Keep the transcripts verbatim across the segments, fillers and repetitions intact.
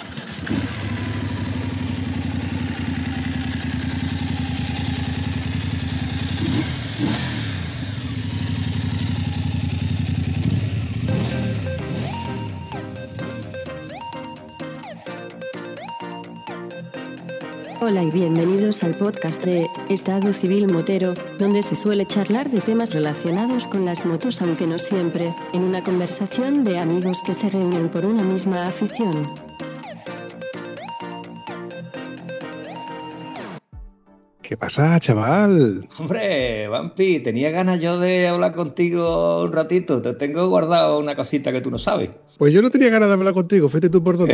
Hola y bienvenidos al podcast de Estado Civil Motero, donde se suele charlar de temas relacionados con las motos, aunque no siempre, en una conversación de amigos que se reúnen por una misma afición. ¿Qué pasa, chaval? Hombre, Vampi, tenía ganas yo de hablar contigo un ratito. Te tengo guardado una cosita que tú no sabes. Pues yo no tenía ganas de hablar contigo, fíjate tú por dónde.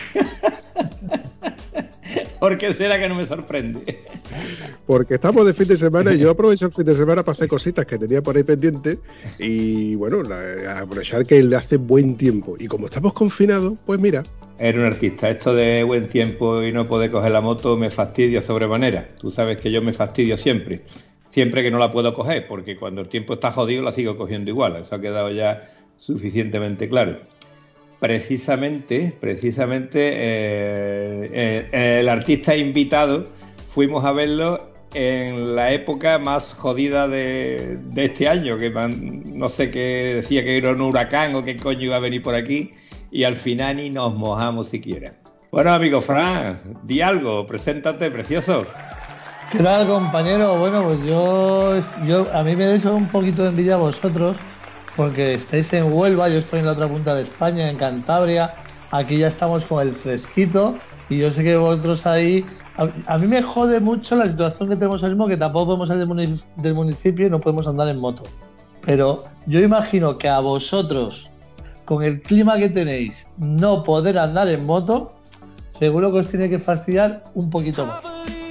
¿Por qué será que no me sorprende? Porque estamos de fin de semana y yo aprovecho el fin de semana para hacer cositas que tenía por ahí pendientes y bueno, la, aprovechar que le hace buen tiempo. Y como estamos confinados, pues mira. Eres un artista. Esto de buen tiempo y no poder coger la moto me fastidia sobremanera. Tú sabes que yo me fastidio siempre. Siempre que no la puedo coger, porque cuando el tiempo está jodido la sigo cogiendo igual. Eso ha quedado ya suficientemente claro. Precisamente, precisamente eh, eh, el artista invitado fuimos a verlo en la época más jodida de, de este año, que man, no sé qué decía que era un huracán o qué coño iba a venir por aquí, y al final ni nos mojamos siquiera. Bueno, amigo Fran, di algo, preséntate, precioso. ¿Qué tal, compañero? Bueno, pues yo, yo a mí me da un poquito de envidia a vosotros, porque estáis en Huelva, yo estoy en la otra punta de España, en Cantabria. Aquí ya estamos con el fresquito y yo sé que vosotros ahí... A, a mí me jode mucho la situación que tenemos ahora mismo, que tampoco podemos salir del, munic- del municipio y no podemos andar en moto. Pero yo imagino que a vosotros, con el clima que tenéis, no poder andar en moto, seguro que os tiene que fastidiar un poquito más.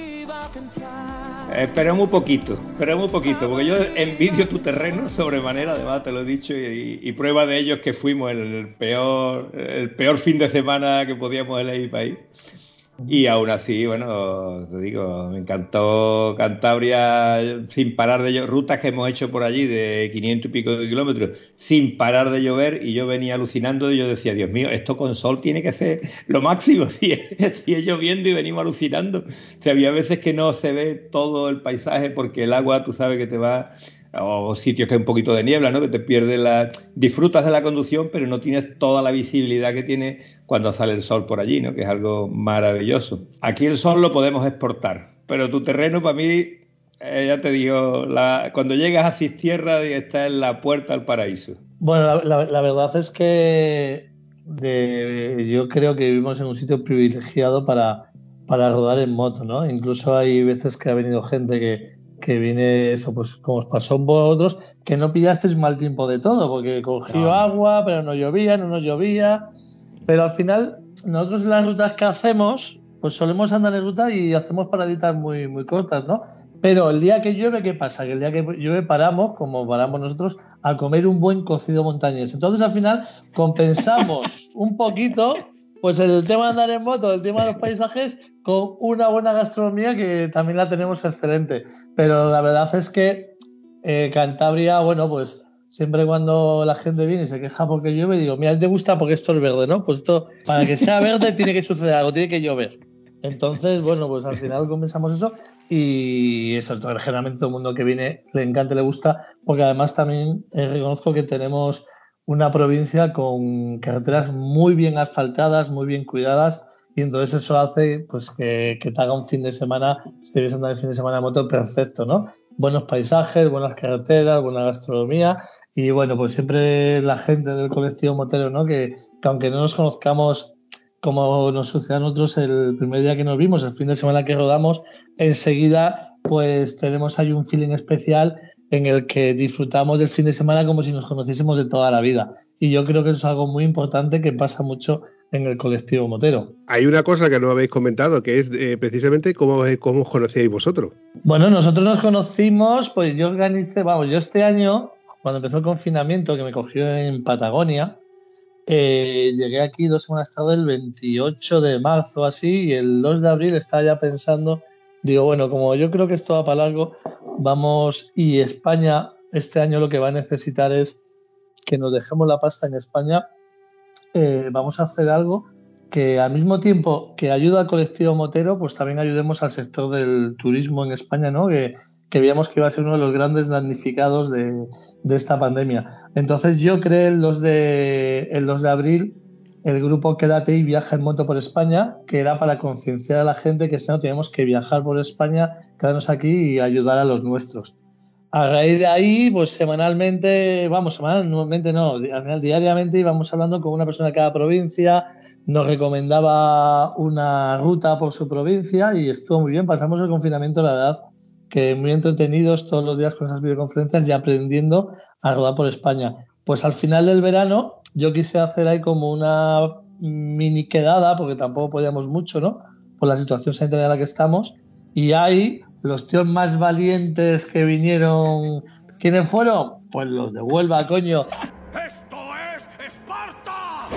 Esperemos un poquito, esperemos un poquito, porque yo envidio tu terreno sobremanera, además te lo he dicho, y, y prueba de ello es que fuimos el peor, el peor fin de semana que podíamos elegir para ir. Y aún así, bueno, te digo, me encantó Cantabria sin parar de llover, rutas que hemos hecho por allí de quinientos y pico de kilómetros sin parar de llover, y yo venía alucinando y yo decía, Dios mío, esto con sol tiene que ser lo máximo, y es lloviendo y venimos alucinando. O sea, había veces que no se ve todo el paisaje porque el agua, tú sabes que te va... o sitios que hay un poquito de niebla, ¿no? Que te pierdes la... disfrutas de la conducción, pero no tienes toda la visibilidad que tiene cuando sale el sol por allí, ¿no? Que es algo maravilloso. Aquí el sol lo podemos exportar, pero tu terreno para mí, eh, ya te digo, la... cuando llegas a Cistierra está en la puerta al paraíso. Bueno, la, la, la verdad es que de, yo creo que vivimos en un sitio privilegiado para, para rodar en moto, ¿no? Incluso hay veces que ha venido gente que que viene eso, pues como os pasó a vosotros, que no pillasteis mal tiempo de todo, porque cogió no. agua, pero no llovía, no nos llovía, pero al final nosotros en las rutas que hacemos, pues solemos andar en ruta y hacemos paraditas muy, muy cortas, ¿no? Pero el día que llueve, ¿qué pasa? Que el día que llueve paramos, como paramos nosotros, a comer un buen cocido montañés. Entonces al final compensamos un poquito pues el tema de andar en moto, el tema de los paisajes, con una buena gastronomía que también la tenemos excelente. Pero la verdad es que eh, Cantabria, bueno, pues siempre cuando la gente viene y se queja porque llueve, digo, mira, te gusta porque esto es verde, ¿no? Pues esto, para que sea verde tiene que suceder algo, tiene que llover. Entonces, bueno, pues al final compensamos eso y eso, generalmente todo el mundo que viene le encanta y le gusta, porque además también eh, reconozco que tenemos una provincia con carreteras muy bien asfaltadas, muy bien cuidadas, y entonces eso hace pues que, que te haga un fin de semana, si te vienes a andar el fin de semana de moto, perfecto, ¿no? Buenos paisajes, buenas carreteras, buena gastronomía, y bueno, pues siempre la gente del colectivo motero, ¿no? Que, que aunque no nos conozcamos como nos sucede a nosotros el primer día que nos vimos, el fin de semana que rodamos, enseguida pues tenemos ahí un feeling especial en el que disfrutamos del fin de semana como si nos conociésemos de toda la vida. Y yo creo que eso es algo muy importante que pasa mucho en el colectivo motero. Hay una cosa que no habéis comentado, que es eh, precisamente cómo, cómo os conocíais vosotros. Bueno, nosotros nos conocimos, pues yo organicé, vamos, yo este año, cuando empezó el confinamiento, que me cogió en Patagonia, eh, llegué aquí dos semanas tarde, el veintiocho de marzo, así, y el dos de abril estaba ya pensando, digo, bueno, como yo creo que esto va para largo, vamos, y España este año lo que va a necesitar es que nos dejemos la pasta en España, eh, vamos a hacer algo que al mismo tiempo que ayuda al colectivo motero, pues también ayudemos al sector del turismo en España, ¿no? Que, que veíamos que iba a ser uno de los grandes damnificados de, de esta pandemia. Entonces yo creé el dos de, el dos de abril el grupo Quédate y Viaja en Moto por España, que era para concienciar a la gente que este año tenemos que viajar por España, quedarnos aquí y ayudar a los nuestros. A raíz de ahí, pues semanalmente, vamos, semanalmente no, al final diariamente íbamos hablando con una persona de cada provincia, nos recomendaba una ruta por su provincia y estuvo muy bien. Pasamos el confinamiento, la verdad, que muy entretenidos todos los días con esas videoconferencias y aprendiendo a rodar por España. Pues al final del verano yo quise hacer ahí como una mini quedada, porque tampoco podíamos mucho, ¿no? Por la situación sanitaria en la que estamos. Y ahí los tíos más valientes que vinieron, ¿quiénes fueron? Pues los de Huelva, coño. ¡Esto es Esparta!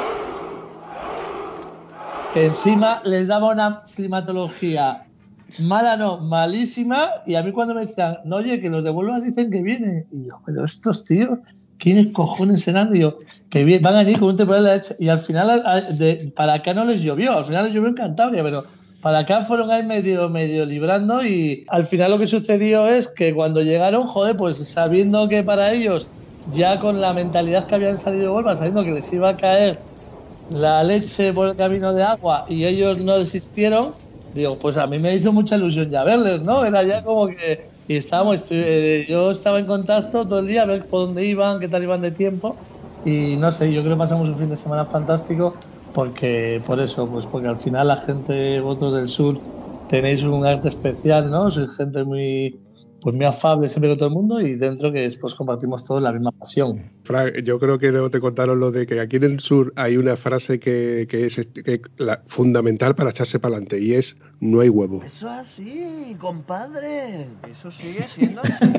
Que encima les daba una climatología mala, no, malísima. Y a mí cuando me decían, no, oye, que los de Huelva dicen que vienen. Y yo, pero estos tíos, ¿quiénes cojones serán? Y yo, que van a ir con un temporal de leche. Y al final, de, para acá no les llovió. Al final les llovió en Cantabria, pero para acá fueron ahí medio, medio librando. Y al final lo que sucedió es que cuando llegaron, joder, pues sabiendo que para ellos, ya con la mentalidad que habían salido de Huelva, sabiendo que les iba a caer la leche por el camino de agua y ellos no desistieron, digo, pues a mí me hizo mucha ilusión ya verles, ¿no? Era ya como que... Y estábamos, yo estaba en contacto todo el día a ver por dónde iban, qué tal iban de tiempo. Y no sé, yo creo que pasamos un fin de semana fantástico porque, por eso, pues porque al final la gente, vosotros del sur, tenéis un arte especial, ¿no? Sois gente muy, pues muy afable siempre con todo el mundo y dentro que después compartimos todos la misma pasión. Frank, yo creo que no te contaron lo de que aquí en el sur hay una frase que, que es que la, fundamental para echarse para adelante y es no hay huevo. Eso es así, compadre. Eso sigue siendo así.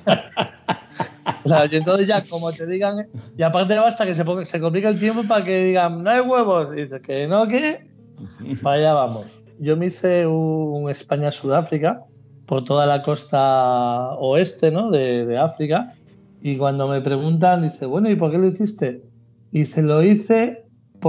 O sea, y entonces ya, como te digan, y aparte basta que se, ponga, se complica el tiempo para que digan, no hay huevos, y dices que no, ¿qué? Para allá vamos. Yo me hice un España-Sudáfrica por toda la costa oeste, ¿no? de, de África, y cuando me preguntan, dice, bueno, ¿y por qué lo hiciste? Y se lo hice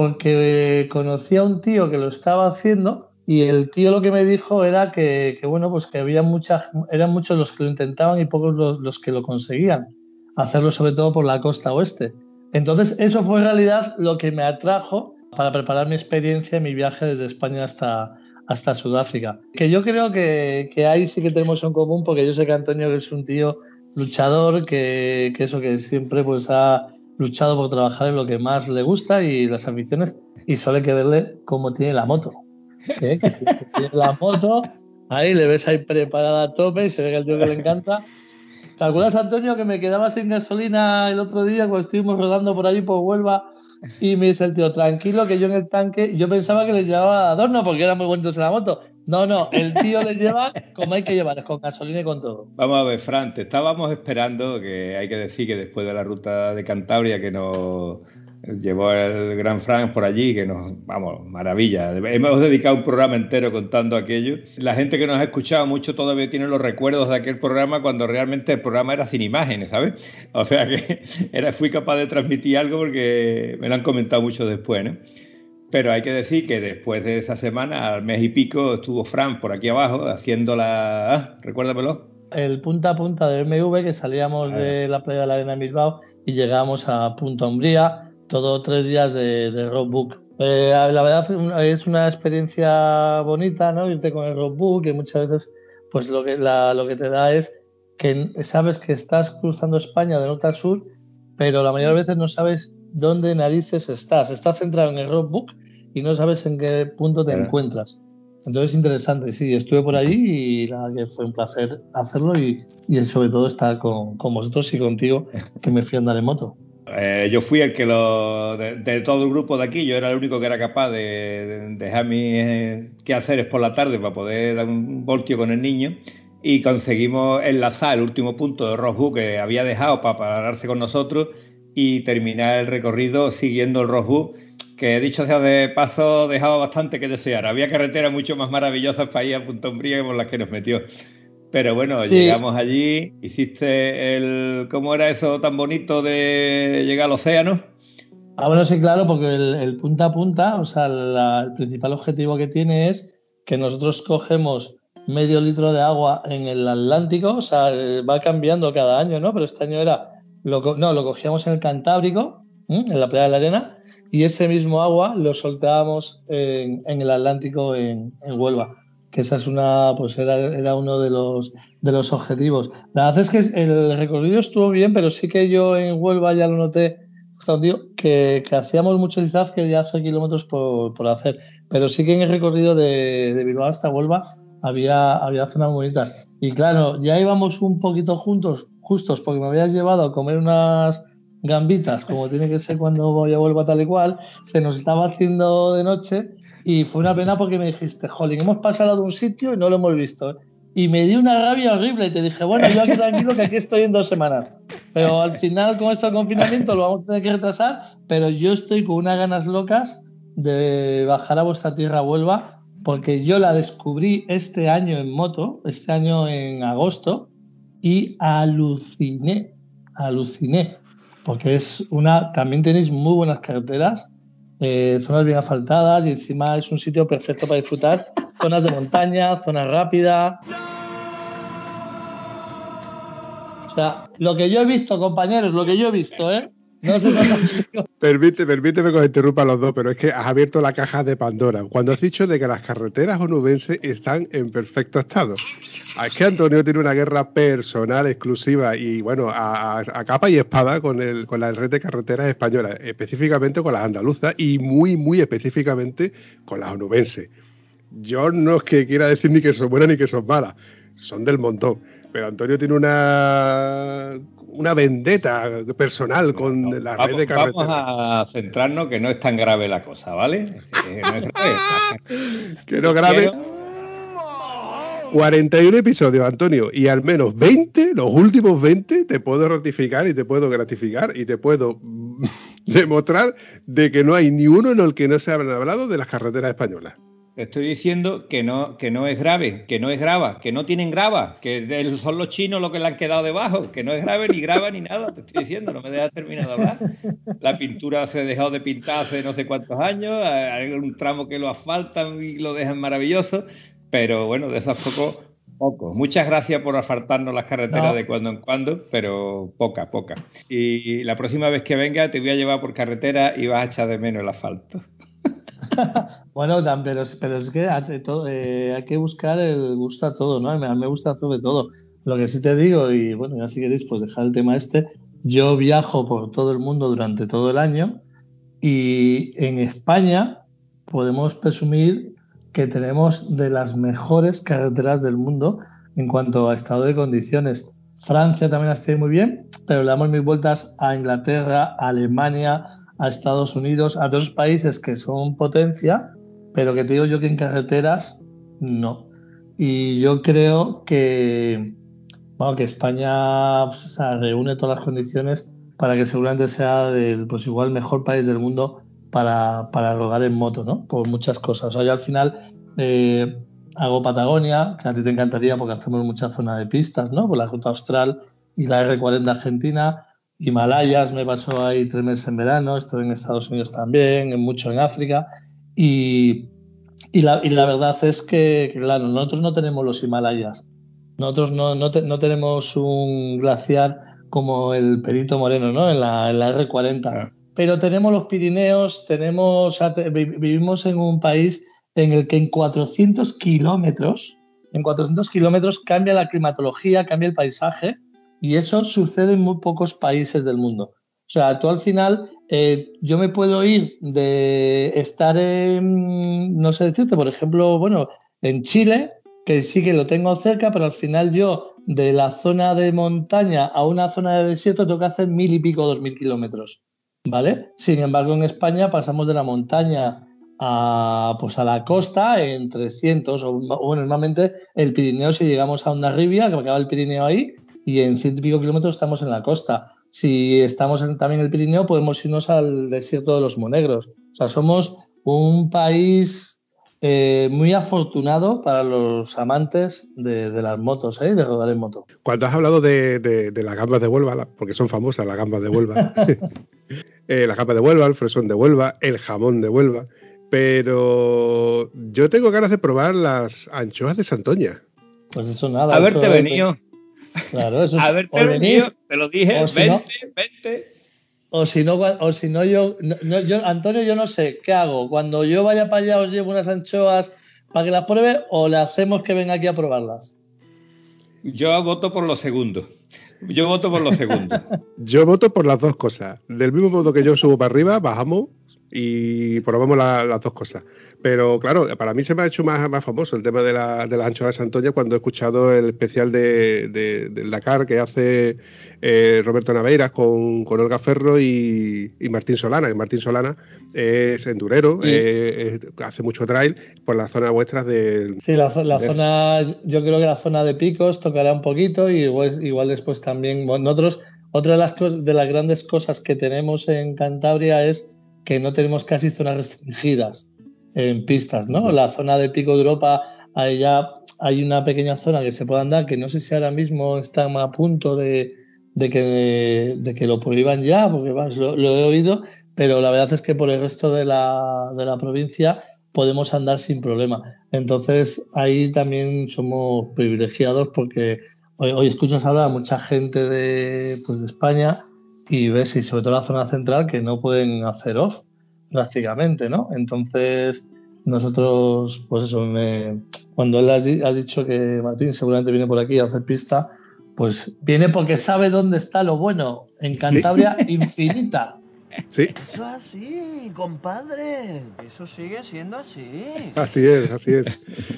porque conocí a un tío que lo estaba haciendo. Y el tío lo que me dijo era que, que bueno, pues que había muchas, eran muchos los que lo intentaban y pocos los, los que lo conseguían. Hacerlo sobre todo por la costa oeste. Entonces, eso fue en realidad lo que me atrajo para preparar mi experiencia, mi viaje desde España hasta, hasta Sudáfrica. Que yo creo que, que ahí sí que tenemos en común, porque yo sé que Antonio es un tío luchador, que, que eso que siempre pues ha luchado por trabajar en lo que más le gusta y las aficiones, y solo hay que verle cómo tiene la moto. ¿Eh? Que tiene la moto, ahí le ves ahí preparada a tope y se ve que al tío que le encanta. ¿Te acuerdas, Antonio, que me quedaba sin gasolina el otro día cuando estuvimos rodando por allí por Huelva? Y me dice el tío, tranquilo, que yo en el tanque, yo pensaba que les llevaba adorno porque eran muy bonitos en la moto. No, no, el tío les lleva como hay que llevar, con gasolina y con todo. Vamos a ver, Fran, te estábamos esperando, que hay que decir que después de la ruta de Cantabria que nos llevó el gran Fran por allí, que nos, vamos, maravilla. Hemos dedicado un programa entero contando aquello. La gente que nos ha escuchado mucho todavía tiene los recuerdos de aquel programa cuando realmente el programa era sin imágenes, ¿sabes? O sea que era, fui capaz de transmitir algo porque me lo han comentado mucho después, ¿no? Pero hay que decir que después de esa semana, al mes y pico, estuvo Fran por aquí abajo haciendo la... Ah, recuérdamelo. El punta a punta de B M W, que salíamos de la playa de la Arena de Bilbao y llegábamos a Punta Umbría, todo tres días de, de roadbook. Eh, la verdad es una experiencia bonita, ¿no? Irte con el roadbook, que muchas veces pues lo que, la, lo que te da es que sabes que estás cruzando España de norte a sur, pero la mayoría de veces no sabes dónde narices estás. Estás centrado en el roadbook y no sabes en qué punto te claro. encuentras. Entonces es interesante, sí, estuve por allí y nada, que fue un placer hacerlo y, y sobre todo estar con, con vosotros y contigo, que me fui a andar en moto. Eh, yo fui el que lo de, de todo el grupo de aquí, yo era el único que era capaz de, de dejar mis eh, quehaceres por la tarde para poder dar un voltio con el niño y conseguimos enlazar el último punto de roadbook que había dejado para pararse con nosotros y terminar el recorrido siguiendo el roadbook, que dicho sea de paso dejaba bastante que desear. Había carreteras mucho más maravillosas para ir a Punta Umbría que por las que nos metió. Pero bueno, sí. Llegamos allí, hiciste el... ¿Cómo era eso tan bonito de llegar al océano? Ah, bueno, sí, claro, porque el, el punta a punta, o sea, la, el principal objetivo que tiene es que nosotros cogemos medio litro de agua en el Atlántico, o sea, va cambiando cada año, ¿no? Pero este año era, lo, no, lo cogíamos en el Cantábrico, ¿eh? En la playa de la Arena, y ese mismo agua lo soltábamos en, en el Atlántico en, en Huelva, que esa es una, pues era, era uno de los, de los objetivos. La verdad es que el recorrido estuvo bien, pero sí que yo en Huelva ya lo noté, que, que hacíamos mucho quizás que ya hace kilómetros por, por hacer, pero sí que en el recorrido de, de Bilbao hasta Huelva había, había zonas bonitas. Y claro, ya íbamos un poquito juntos, justos, porque me habías llevado a comer unas gambitas, como tiene que ser cuando voy a Huelva tal y cual, se nos estaba haciendo de noche y fue una pena porque me dijiste, jolín, hemos pasado de un sitio y no lo hemos visto. Y me dio una rabia horrible y te dije, bueno, yo aquí tranquilo que aquí estoy en dos semanas. Pero al final con esto del confinamiento lo vamos a tener que retrasar, pero yo estoy con unas ganas locas de bajar a vuestra tierra Huelva, porque yo la descubrí este año en moto, este año en agosto, y aluciné, aluciné, porque es una, también tenéis muy buenas carreteras, eh, zonas bien asfaltadas y encima es un sitio perfecto para disfrutar, zonas de montaña, zonas rápidas. O sea, lo que yo he visto, compañeros, lo que yo he visto, ¿eh? No sé si... Permite, permíteme que os interrumpa a los dos, pero es que has abierto la caja de Pandora. Cuando has dicho de que las carreteras onubenses están en perfecto estado. Es que Antonio tiene una guerra personal exclusiva y, bueno, a, a capa y espada con, el, con la red de carreteras españolas, específicamente con las andaluzas y muy, muy específicamente con las onubenses. Yo no es que quiera decir ni que son buenas ni que son malas, son del montón. Pero Antonio tiene una, una vendetta personal con no, no, la vamos, red de carreteras. Vamos a centrarnos que no es tan grave la cosa, ¿vale? Que no es grave. Que no grave. cuarenta y uno episodios, Antonio, y al menos veinte, los últimos veinte, te puedo ratificar y te puedo gratificar y te puedo demostrar de que no hay ni uno en el que no se hayan hablado de las carreteras españolas. Te estoy diciendo que no, que no es grave, que no es grava, que no tienen grava, que son los chinos los que le han quedado debajo, que no es grave ni grava ni nada, te estoy diciendo, no me dejas terminar de hablar. La pintura se ha dejado de pintar hace no sé cuántos años, hay un tramo que lo asfaltan y lo dejan maravilloso, pero bueno, de esas poco, poco. Muchas gracias por asfaltarnos las carreteras no. de cuando en cuando, pero poca, poca. Y la próxima vez que venga te voy a llevar por carretera y vas a echar de menos el asfalto. Bueno, pero, pero es que hay, todo, eh, hay que buscar el gusto a todo, ¿no? A mí me gusta sobre todo. Lo que sí te digo, y bueno, ya si queréis, pues dejar el tema este, yo viajo por todo el mundo durante todo el año y en España podemos presumir que tenemos de las mejores carreteras del mundo en cuanto a estado de condiciones. Francia también las tiene muy bien, pero le damos mil vueltas a Inglaterra, a Alemania, a Estados Unidos, a otros países que son potencia, pero que te digo yo que en carreteras no. Y yo creo que, bueno, que España pues, o sea, reúne todas las condiciones para que seguramente sea el, pues igual el mejor país del mundo para, para rodar en moto, ¿no? Por muchas cosas. O sea, yo al final eh, hago Patagonia, que a ti te encantaría porque hacemos mucha zona de pistas, ¿no? Por la ruta austral y la erre cuarenta argentina. Himalayas, me pasó ahí tres meses en verano, estuve en Estados Unidos también, mucho en África y, y, la, y la verdad es que, que, claro, nosotros no tenemos los Himalayas, nosotros no, no, te, no tenemos un glaciar como el Perito Moreno, ¿no? En la, en la erre cuarenta, pero tenemos los Pirineos, tenemos, vivimos en un país en el que en cuatrocientos kilómetros, en cuatrocientos kilómetros cambia la climatología, cambia el paisaje. Y eso sucede en muy pocos países del mundo. O sea, tú al final, eh, yo me puedo ir de estar en, no sé decirte, por ejemplo, bueno, en Chile, que sí que lo tengo cerca, pero al final yo de la zona de montaña a una zona de desierto tengo que hacer mil y pico, dos mil kilómetros, ¿vale? Sin embargo, en España pasamos de la montaña a, pues a la costa en trescientos, o, o normalmente el Pirineo, si llegamos a Hondarribia, que acaba el Pirineo ahí, y en ciento y pico kilómetros estamos en la costa. Si estamos en, también en el Pirineo, podemos irnos al desierto de los Monegros. O sea, somos un país eh, muy afortunado para los amantes de, de las motos, ¿eh? De rodar en moto. Cuando has hablado de, de, de las gambas de Huelva, porque son famosas las gambas de Huelva, eh, la capa de Huelva, el fresón de Huelva, el jamón de Huelva, pero yo tengo ganas de probar las anchoas de Santoña. Pues eso nada. Haberte eso venido. Claro, eso es. Haberte venido, te lo dije, si vente, no, vente. O si no, o si no yo, no, yo, Antonio, yo no sé, ¿qué hago? Cuando yo vaya para allá os llevo unas anchoas para que las pruebe o le hacemos que venga aquí a probarlas. Yo voto por lo segundo. Yo voto por lo segundo. Yo voto por las dos cosas. Del mismo modo que yo subo para arriba, bajamos y probamos la, las dos cosas. Pero claro, para mí se me ha hecho más, más famoso el tema de, la, de las anchoas de Santoña cuando he escuchado el especial de, de, del Dakar que hace eh, Roberto Naveiras con, con Olga Ferro y, y Martín Solana. Y Martín Solana es endurero, sí. eh, es, hace mucho trail por las zonas vuestras de... Sí, la, la de... zona, yo creo que la zona de picos tocará un poquito y igual, igual después también... Nosotros, otra de las, cosas, de las grandes cosas que tenemos en Cantabria es que no tenemos casi zonas restringidas en pistas, ¿no? La zona de Pico de Europa, ahí ya hay una pequeña zona que se puede andar, que no sé si ahora mismo está a punto de, de, que, de, de que lo prohíban ya, porque vamos, lo, lo he oído, pero la verdad es que por el resto de la, de la provincia podemos andar sin problema. Entonces, ahí también somos privilegiados porque hoy, hoy escuchas hablar a mucha gente de, pues, de España y ves, y sobre todo la zona central, que no pueden hacer off prácticamente, ¿no? Entonces, nosotros, pues eso, me, cuando él has, has dicho que Martín seguramente viene por aquí a hacer pista, pues viene porque sabe dónde está lo bueno, en Cantabria ¿sí? Infinita. Sí. Eso es así, compadre. Eso sigue siendo así. Así es, así es.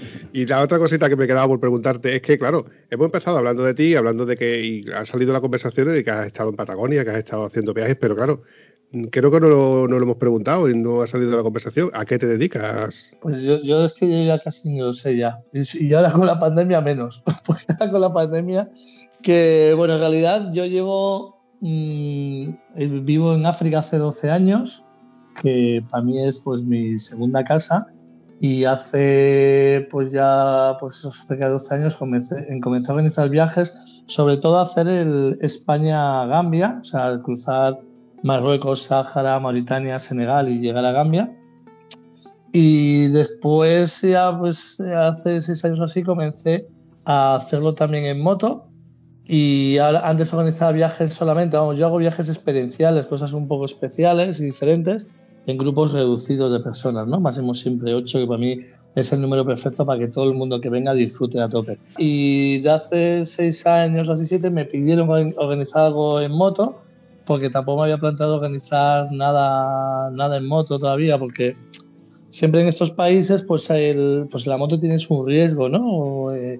Y la otra cosita que me quedaba por preguntarte es que, claro, hemos empezado hablando de ti, hablando de que y ha salido la conversación de que has estado en Patagonia, que has estado haciendo viajes, pero claro, creo que no lo, no lo hemos preguntado y no ha salido la conversación. ¿A qué te dedicas? Pues yo, yo es que yo ya casi no lo sé ya. Y, y ahora con la pandemia menos. Pues ahora con la pandemia que, bueno, en realidad yo llevo... Mmm, vivo en África hace doce años, que para mí es pues mi segunda casa. Y hace pues ya pues cerca de doce años comencé, comencé a organizar viajes, sobre todo a hacer el España-Gambia, o sea, cruzar Marruecos, Sáhara, Mauritania, Senegal y llegar a Gambia. Y después, ya pues hace seis años así, comencé a hacerlo también en moto. Y ahora, antes organizaba viajes solamente, vamos, yo hago viajes experienciales, cosas un poco especiales y diferentes, en grupos reducidos de personas, ¿no? Máximo siempre ocho, que para mí es el número perfecto para que todo el mundo que venga disfrute a tope. Y de hace seis años o así, siete, me pidieron organizar algo en moto, porque tampoco me había planteado organizar nada, nada en moto todavía, porque siempre en estos países, pues, el, pues la moto tiene su riesgo, ¿no? Eh,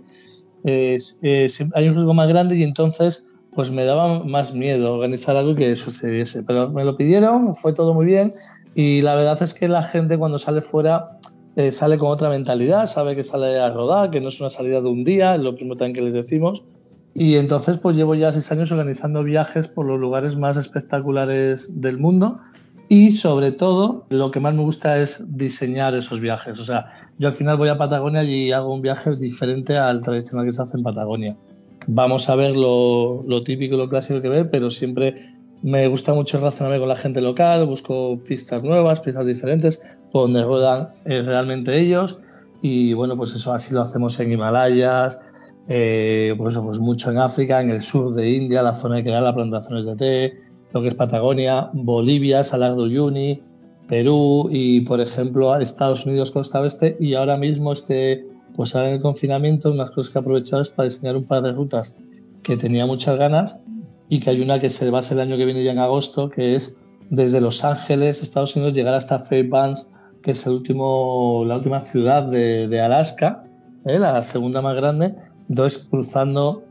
es, es, hay un riesgo más grande y entonces pues me daba más miedo organizar algo que sucediese. Pero me lo pidieron, fue todo muy bien. Y la verdad es que la gente cuando sale fuera eh, sale con otra mentalidad, sabe que sale a rodar, que no es una salida de un día, es lo primero también que les decimos. Y entonces pues llevo ya seis años organizando viajes por los lugares más espectaculares del mundo y sobre todo lo que más me gusta es diseñar esos viajes. O sea, yo al final voy a Patagonia y hago un viaje diferente al tradicional que se hace en Patagonia. Vamos a ver lo, lo típico y lo clásico que ver, pero siempre me gusta mucho relacionarme con la gente local, busco pistas nuevas, pistas diferentes, por donde ruedan eh, realmente ellos. Y bueno, pues eso así lo hacemos en Himalayas, eh, pues eso, pues mucho en África, en el sur de India, la zona de Kerala, plantaciones de té, lo que es Patagonia, Bolivia, Salar de Uyuni, Perú y, por ejemplo, Estados Unidos, costa oeste. Y ahora mismo, este, pues ahora en el confinamiento, unas cosas que he aprovechado es para diseñar un par de rutas que tenía muchas ganas y que hay una que se va a ser el año que viene ya en agosto, que es desde Los Ángeles, Estados Unidos, llegar hasta Fairbanks, que es el último, la última ciudad de, de Alaska, ¿eh? La segunda más grande. Entonces, cruzando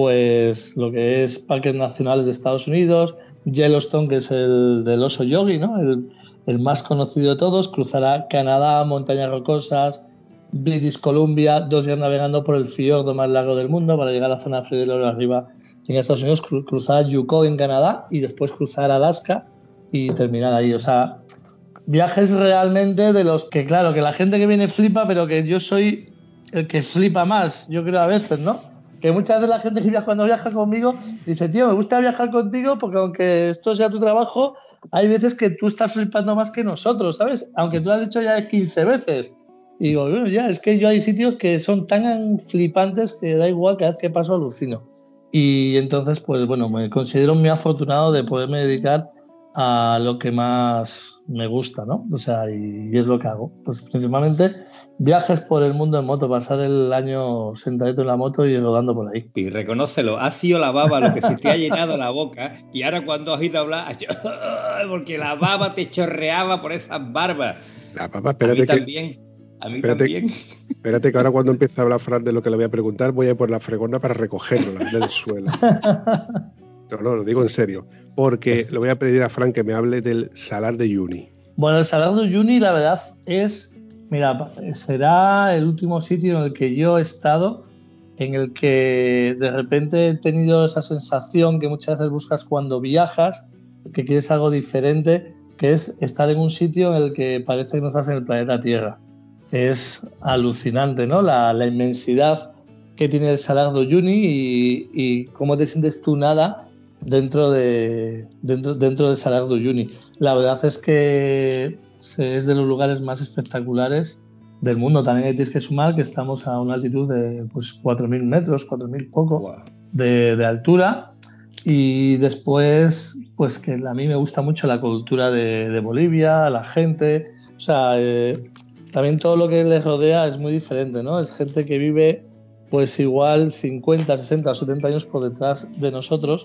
pues lo que es parques nacionales de Estados Unidos, Yellowstone, que es el del oso yogi, ¿no? El, el más conocido de todos, cruzará Canadá, montañas rocosas, British Columbia, dos días navegando por el fiordo más largo del mundo para llegar a la zona fría del oro arriba en Estados Unidos, cru- cruzar Yukon en Canadá y después cruzar Alaska y terminar ahí. O sea, viajes realmente de los que, claro, que la gente que viene flipa, pero que yo soy el que flipa más, yo creo a veces, ¿no? que muchas veces la gente que viaja, cuando viaja conmigo dice, tío, me gusta viajar contigo porque aunque esto sea tu trabajo, hay veces que tú estás flipando más que nosotros, ¿sabes? Aunque tú lo has dicho ya quince veces. Y digo, bueno, ya, es que yo hay sitios que son tan flipantes que da igual, cada vez que paso alucino. Y entonces, pues bueno, me considero muy afortunado de poderme dedicar a lo que más me gusta, ¿no? O sea, y, y es lo que hago. Pues principalmente viajes por el mundo en moto, pasar el año sentadito en la moto y rodando por ahí. Y reconócelo, ha sido la baba lo que se te ha llenado la boca y ahora cuando has ido a hablar, porque la baba te chorreaba por esas barbas. La baba, espérate a mí que... también, a mí espérate, también. Espérate que ahora cuando empiece a hablar Fran de lo que le voy a preguntar, voy a ir por la fregona para recogerla del suelo. No, no, lo digo en serio, porque le voy a pedir a Fran que me hable del Salar de Uyuni. Bueno, el Salar de Uyuni, la verdad es, mira, será el último sitio en el que yo he estado, en el que de repente he tenido esa sensación que muchas veces buscas cuando viajas, que quieres algo diferente, que es estar en un sitio en el que parece que no estás en el planeta Tierra. Es alucinante, ¿no? La, la inmensidad que tiene el Salar de Uyuni y, y cómo te sientes tú nada dentro de dentro, dentro del Salar de Uyuni. La verdad es que es de los lugares más espectaculares del mundo. También hay que sumar que estamos a una altitud de pues, cuatro mil metros, cuatro mil poco wow. de, de altura. Y después, pues que a mí me gusta mucho la cultura de, de Bolivia, la gente. O sea, eh, también todo lo que les rodea es muy diferente, ¿no? Es gente que vive pues igual cincuenta, sesenta, setenta años por detrás de nosotros.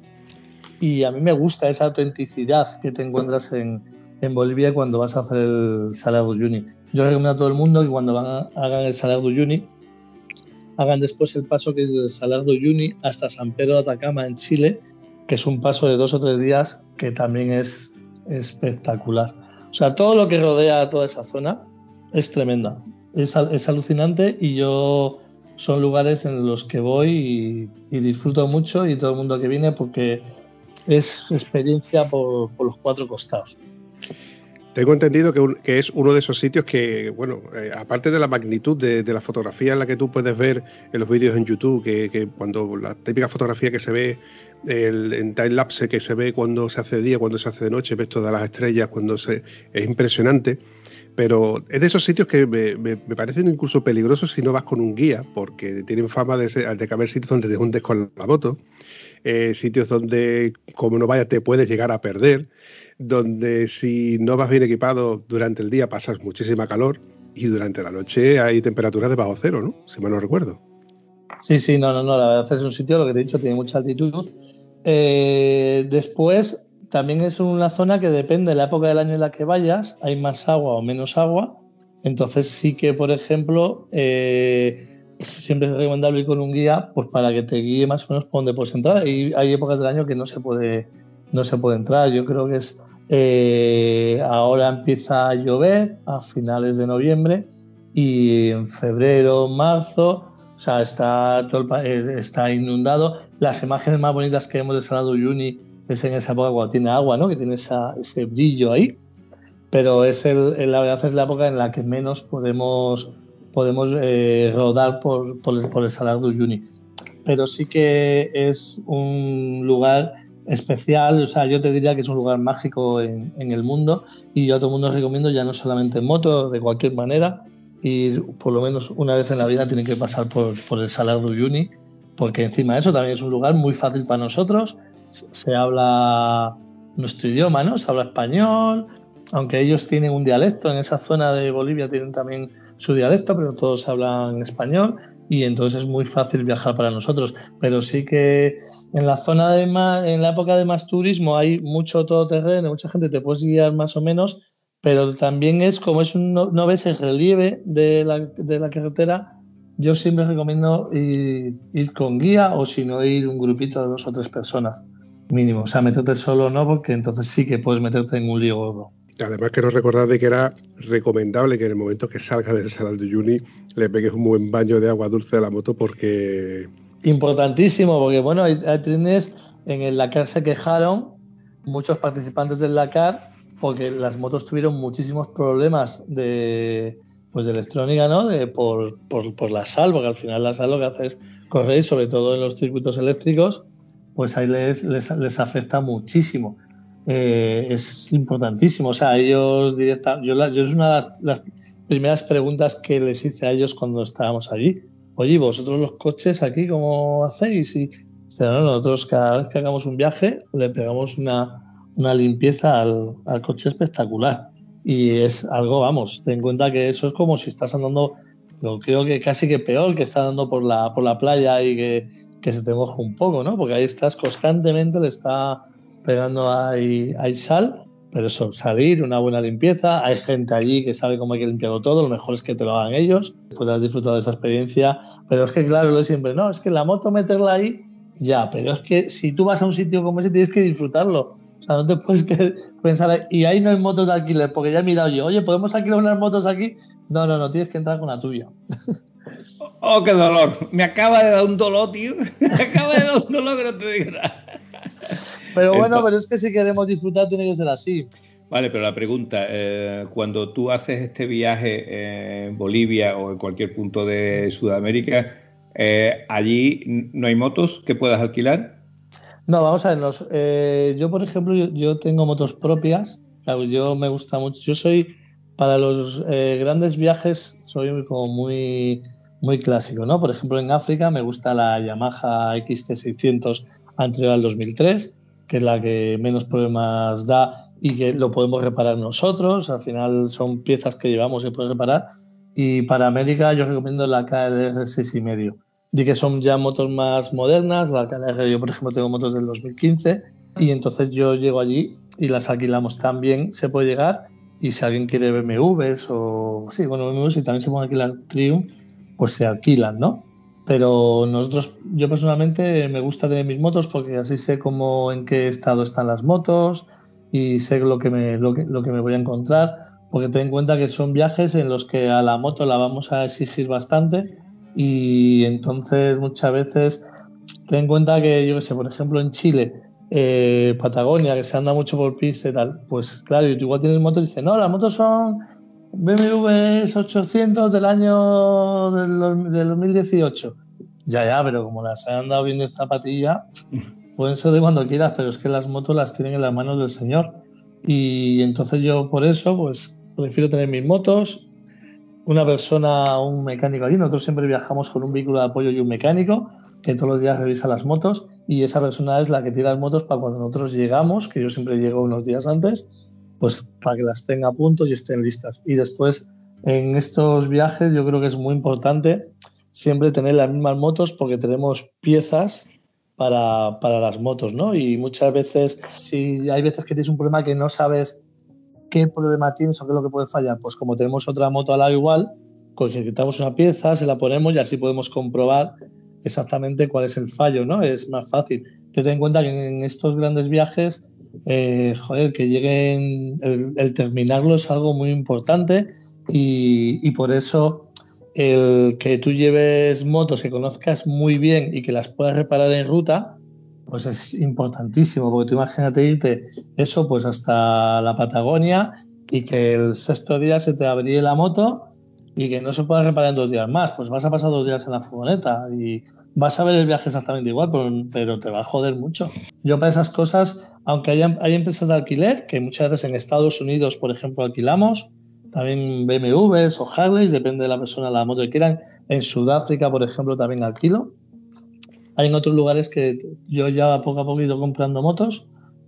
Y a mí me gusta esa autenticidad que te encuentras en, en Bolivia cuando vas a hacer el Salar de Uyuni. Yo recomiendo a todo el mundo que cuando van a, hagan el Salar de Uyuni, hagan después el paso que es del Salar de Uyuni hasta San Pedro de Atacama en Chile, que es un paso de dos o tres días que también es espectacular. O sea, todo lo que rodea a toda esa zona es tremenda, es, es alucinante y yo... son lugares en los que voy y, y disfruto mucho y todo el mundo que viene porque es experiencia por, por los cuatro costados. Tengo entendido que, un, que es uno de esos sitios que, bueno, eh, aparte de la magnitud de, de la fotografía en la que tú puedes ver en los vídeos en YouTube, que, que cuando la típica fotografía que se ve el, en time-lapse, que se ve cuando se hace de día, cuando se hace de noche, ves todas las estrellas, cuando se es impresionante. Pero es de esos sitios que me, me, me parecen incluso peligrosos si no vas con un guía, porque tienen fama de, ser, de que haber sitios donde te hundes con la moto, eh, sitios donde, como no vayas, te puedes llegar a perder, donde si no vas bien equipado durante el día pasas muchísima calor y durante la noche hay temperaturas de bajo cero, ¿no? Si mal no recuerdo. Sí, sí, no, no, no, la verdad es un sitio, lo que te he dicho, tiene mucha altitud. Eh, después... También es una zona que depende de la época del año en la que vayas, hay más agua o menos agua, entonces sí que, por ejemplo, eh, siempre es recomendable ir con un guía pues para que te guíe más o menos por dónde puedes entrar. Y hay épocas del año que no se puede, no se puede entrar. Yo creo que es eh, ahora empieza a llover a finales de noviembre y en febrero, marzo, o sea, está, todo el, está inundado. Las imágenes más bonitas que vemos del Salar de Uyuni es en esa época cuando tiene agua, ¿no? Que tiene esa, ese brillo ahí, pero es el, la verdad es la época en la que menos podemos, podemos eh, rodar por, por, el, por el Salar de Uyuni. Pero sí que es un lugar especial, o sea, yo te diría que es un lugar mágico en, en el mundo y yo a todo el mundo recomiendo, ya no solamente en moto, de cualquier manera, ir por lo menos una vez en la vida tienen que pasar por, por el Salar de Uyuni, porque encima de eso también es un lugar muy fácil para nosotros. Se habla nuestro idioma, ¿no? Se habla español, aunque ellos tienen un dialecto, en esa zona de Bolivia tienen también su dialecto, pero todos hablan español y entonces es muy fácil viajar para nosotros. Pero sí que en la zona de más, en la época de más turismo hay mucho todoterreno, mucha gente te puedes guiar más o menos, pero también es como es un, no, no ves el relieve de la, de la carretera. Yo siempre recomiendo ir, ir con guía o si no ir un grupito de dos o tres personas. Mínimo, o sea, meterte solo no, porque entonces sí que puedes meterte en un lío gordo. Además, quiero recordar de que era recomendable que en el momento que salgas del Salar de Uyuni le pegues un buen baño de agua dulce a la moto porque... Importantísimo, porque bueno, hay, hay trenes en el Dakar se quejaron muchos participantes del Dakar porque las motos tuvieron muchísimos problemas de, pues de electrónica, ¿no? De, por, por, por la sal, porque al final la sal lo que hace es correr, sobre todo en los circuitos eléctricos, pues ahí les, les, les afecta muchísimo. Eh, es importantísimo. O sea, ellos directa, yo, la, yo es una de las, las primeras preguntas que les hice a ellos cuando estábamos allí. Oye, ¿vosotros los coches aquí cómo hacéis? Y no, nosotros cada vez que hagamos un viaje le pegamos una, una limpieza al, al coche espectacular. Y es algo, vamos, ten en cuenta que eso es como si estás andando, yo creo que casi que peor que estar andando por la, por la playa y que, que se te moja un poco, ¿no? Porque ahí estás constantemente, le está pegando ahí, ahí sal, pero eso, salir, una buena limpieza, hay gente allí que sabe cómo hay que limpiarlo todo, lo mejor es que te lo hagan ellos, puedas disfrutar de esa experiencia, pero es que claro, lo de siempre, no, es que la moto meterla ahí, ya, pero es que si tú vas a un sitio como ese tienes que disfrutarlo. O sea, no te puedes pensar, y ahí no hay motos de alquiler, porque ya he mirado yo, oye, ¿podemos alquilar unas motos aquí? No, no, no, tienes que entrar con la tuya. Oh, qué dolor. Me acaba de dar un dolor, tío. Me acaba de dar un dolor que no te digo nada. Pero bueno, Entonces, pero es que si queremos disfrutar tiene que ser así. Vale, pero la pregunta, eh, cuando tú haces este viaje en Bolivia o en cualquier punto de Sudamérica, eh, ¿allí no hay motos que puedas alquilar? No, vamos a ver, los, eh, yo por ejemplo, yo, yo tengo motos propias, claro, yo me gusta mucho, yo soy, para los eh, grandes viajes, soy como muy, muy clásico, ¿no? Por ejemplo, en África me gusta la Yamaha X T seiscientos anterior al dos mil tres, que es la que menos problemas da y que lo podemos reparar nosotros, al final son piezas que llevamos y puedes reparar, y para América yo recomiendo la K L R seis y medio. Y que son ya motos más modernas, la K L R, yo por ejemplo tengo motos del dos mil quince y entonces yo llego allí y las alquilamos también, se puede llegar, y si alguien quiere B M Ws o sí, bueno, B M Ws y también se pueden alquilar Triumph, pues se alquilan, ¿no? Pero nosotros, yo personalmente me gusta tener mis motos porque así sé cómo, en qué estado están las motos y sé lo que me, lo que, lo que me voy a encontrar, porque ten en cuenta que son viajes en los que a la moto la vamos a exigir bastante. Y entonces muchas veces ten en cuenta que, yo qué sé, por ejemplo en Chile, eh, Patagonia, que se anda mucho por pista y tal, pues claro, y tú igual tienes motos y dices, no, las motos son B M Ws ochocientos del año del, del dos mil dieciocho. Ya, ya, pero como las han andado bien de zapatilla, pueden ser de cuando quieras, pero es que las motos las tienen en las manos del señor. Y entonces yo por eso, pues prefiero tener mis motos, una persona, un mecánico allí. Nosotros siempre viajamos con un vehículo de apoyo y un mecánico que todos los días revisa las motos, y esa persona es la que tira las motos para cuando nosotros llegamos, que yo siempre llego unos días antes, pues para que las tenga a punto y estén listas. Y después en estos viajes yo creo que es muy importante siempre tener las mismas motos porque tenemos piezas para, para las motos, ¿no? Y muchas veces, si hay veces que tienes un problema que no sabes qué problema tienes o qué es lo que puede fallar, pues como tenemos otra moto al lado igual, pues quitamos una pieza, se la ponemos y así podemos comprobar exactamente cuál es el fallo, ¿no? Es más fácil. Ten en cuenta que en estos grandes viajes, eh, joder, que lleguen, el, el terminarlo es algo muy importante, y, y por eso el que tú lleves motos que conozcas muy bien y que las puedas reparar en ruta, pues es importantísimo, porque tú imagínate irte eso pues hasta la Patagonia y que el sexto día se te abrí la moto y que no se pueda reparar en dos días más, pues vas a pasar dos días en la furgoneta y vas a ver el viaje exactamente igual, pero, pero te va a joder mucho. Yo para esas cosas, aunque haya, hay empresas de alquiler, que muchas veces en Estados Unidos, por ejemplo, alquilamos, también B M Ws o Harleys, depende de la persona, la moto que quieran. En Sudáfrica, por ejemplo, también alquilo. Hay en otros lugares que yo ya poco a poco he ido comprando motos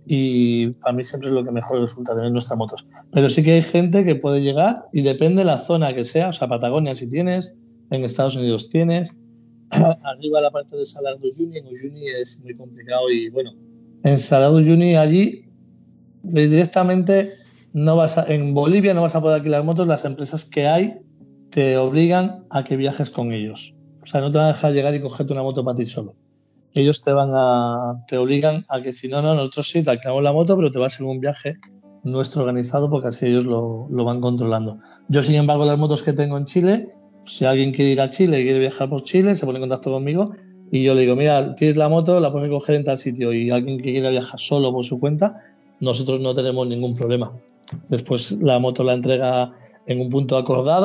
y para mí siempre es lo que mejor resulta tener nuestras motos. Pero sí que hay gente que puede llegar y depende de la zona que sea, o sea, Patagonia si tienes, en Estados Unidos tienes, arriba la parte de Salar de Uyuni, en Uyuni es muy complicado y bueno, en Salar de Uyuni allí directamente no vas a, en Bolivia no vas a poder alquilar motos, las empresas que hay te obligan a que viajes con ellos. O sea, no te van a dejar llegar y cogerte una moto para ti solo. Ellos te van a, te obligan a que si no, no, nosotros sí te alquilamos la moto, pero te va a ser un viaje nuestro organizado porque así ellos lo, lo van controlando. Yo, sin embargo, las motos que tengo en Chile, si alguien quiere ir a Chile y quiere viajar por Chile, se pone en contacto conmigo y yo le digo, mira, tienes la moto, la puedes recoger en tal sitio, y alguien que quiera viajar solo por su cuenta, nosotros no tenemos ningún problema. Después la moto la entrega en un punto acordado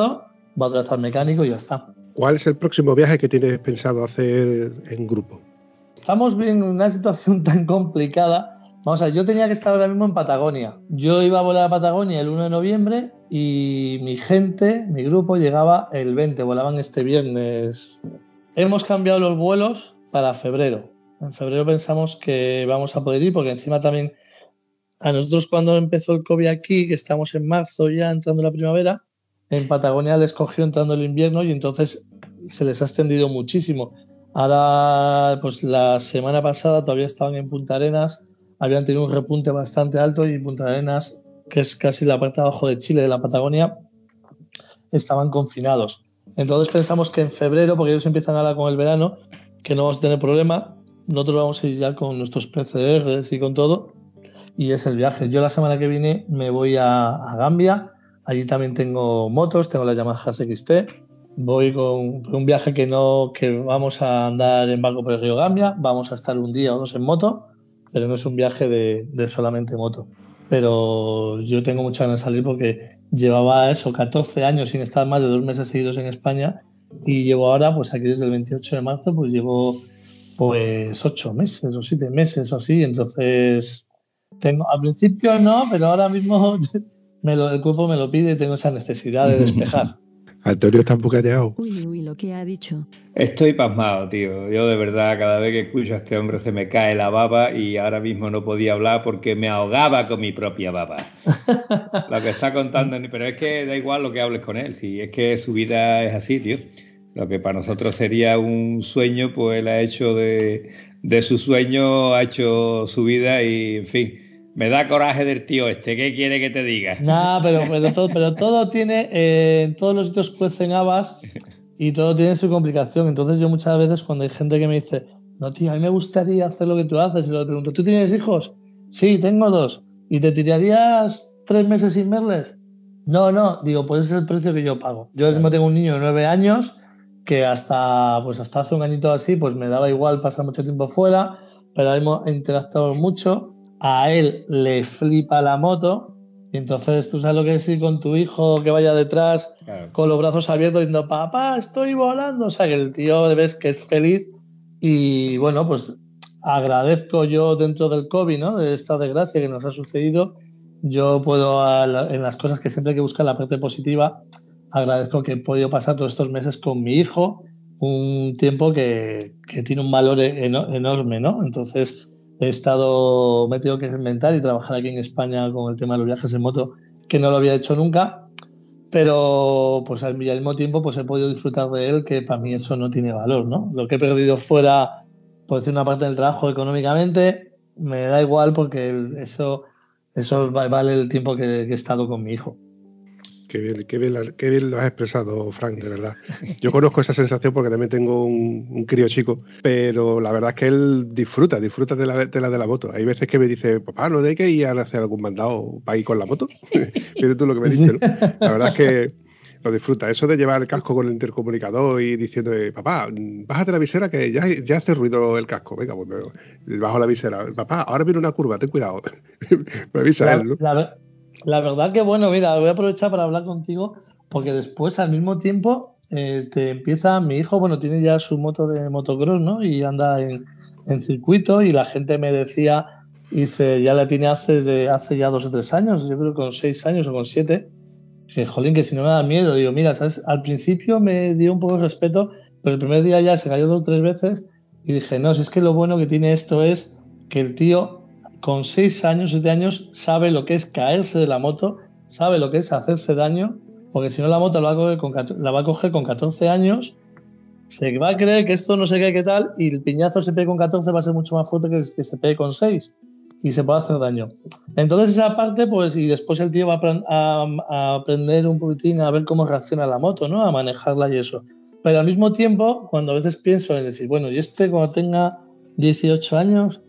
va otra vez al mecánico y ya está. ¿Cuál es el próximo viaje que tienes pensado hacer en grupo? Estamos viendo una situación tan complicada. Vamos a ver, yo tenía que estar ahora mismo en Patagonia. Yo iba a volar a Patagonia el uno de noviembre y mi gente, mi grupo, llegaba el veinte, volaban este viernes. Hemos cambiado los vuelos para febrero. En febrero pensamos que vamos a poder ir porque encima también a nosotros cuando empezó el COVID aquí, que estamos en marzo ya entrando la primavera, en Patagonia les cogió entrando el invierno y entonces se les ha extendido muchísimo. Ahora, pues la semana pasada todavía estaban en Punta Arenas, habían tenido un repunte bastante alto y Punta Arenas, que es casi la parte de abajo de Chile, de la Patagonia, estaban confinados. Entonces pensamos que en febrero, porque ellos empiezan ahora con el verano, que no vamos a tener problema, nosotros vamos a ir ya con nuestros P C Rs y con todo, y es el viaje. Yo la semana que viene me voy a, a Gambia, allí también tengo motos, tengo la Yamaha X T, voy con un viaje que no que vamos a andar en barco por el río Gambia, vamos a estar un día o dos en moto, pero no es un viaje de, de solamente moto. Pero yo tengo muchas ganas de salir porque llevaba eso, catorce años sin estar más de dos meses seguidos en España y llevo ahora, pues aquí desde el veintiocho de marzo, pues llevo pues ocho meses o siete meses o así, entonces tengo, al principio no, pero ahora mismo me lo, el cuerpo me lo pide y tengo esa necesidad de despejar. Antonio está embucateado. Uy, uy, lo que ha dicho. Estoy pasmado, tío. Yo de verdad, cada vez que escucho a este hombre se me cae la baba y ahora mismo no podía hablar porque me ahogaba con mi propia baba. Lo que está contando, pero es que da igual lo que hables con él, si es que su vida es así, tío. Lo que para nosotros sería un sueño, pues él ha hecho de, de su sueño, ha hecho su vida y, en fin, me da coraje del tío este. ¿Qué quiere que te diga? No, pero, pero, todo, pero todo tiene, eh, en todos los sitios cuecen habas y todo tiene su complicación. Entonces yo muchas veces cuando hay gente que me dice, no tío, a mí me gustaría hacer lo que tú haces, y le pregunto, ¿tú tienes hijos? Sí, tengo dos. ¿Y te tirarías tres meses sin verles? No, no, digo, pues ese es el precio que yo pago. Yo mismo tengo un niño de nueve años que hasta, pues hasta hace un añito así, pues me daba igual pasar mucho tiempo fuera, pero hemos interactuado mucho. A él le flipa la moto y entonces tú sabes lo que es ir con tu hijo que vaya detrás, claro, con los brazos abiertos diciendo, papá, estoy volando. O sea, que el tío ves que es feliz y bueno, pues agradezco yo dentro del COVID, ¿no? De esta desgracia que nos ha sucedido. Yo puedo, en las cosas que siempre hay que buscar la parte positiva, agradezco que he podido pasar todos estos meses con mi hijo, un tiempo que, que tiene un valor eno- enorme, ¿no? Entonces he estado, me he tenido que inventar y trabajar aquí en España con el tema de los viajes en moto, que no lo había hecho nunca, pero pues al mismo tiempo pues he podido disfrutar de él, que para mí eso no tiene valor, ¿no? Lo que he perdido fuera, por decir una parte del trabajo económicamente, me da igual porque el, eso, eso vale el tiempo que, que he estado con mi hijo. Qué bien, qué, bien, qué bien lo has expresado, Frank, de verdad. Yo conozco esa sensación porque también tengo un, un crío chico, pero la verdad es que él disfruta, disfruta de la de la, de la moto. Hay veces que me dice, papá, ¿no hay que ir a hacer algún mandado para ir con la moto? Fíjate tú lo que me dices, ¿no? La verdad es que lo disfruta. Eso de llevar el casco con el intercomunicador y diciendo, papá, bájate la visera que ya, ya hace ruido el casco. Venga, pues me bajo la visera. Papá, ahora viene una curva, ten cuidado. Me avisa la, él, ¿no? La, La verdad que, bueno, mira, voy a aprovechar para hablar contigo porque después, al mismo tiempo, eh, te empieza, mi hijo, bueno, tiene ya su moto de motocross, ¿no? Y anda en, en circuito y la gente me decía, dice, ya la tiene hace, de, hace ya dos o tres años, yo creo que con seis años o con siete, que, jolín, que si no me da miedo. Digo, mira, ¿sabes? Al principio me dio un poco de respeto, pero el primer día ya se cayó dos o tres veces y dije, no, si es que lo bueno que tiene esto es que el tío con seis años, siete años, sabe lo que es caerse de la moto, sabe lo que es hacerse daño, porque si no la moto la va a coger con, la va a coger con catorce años, se va a creer que esto no sé qué, qué tal, y el piñazo se pegue con catorce va a ser mucho más fuerte que, que se pegue con seis, y se puede hacer daño. Entonces esa parte, pues, y después el tío va a, a, a aprender un poquitín a ver cómo reacciona la moto, ¿no? A manejarla y eso. Pero al mismo tiempo, cuando a veces pienso en decir, bueno, y este cuando tenga dieciocho años...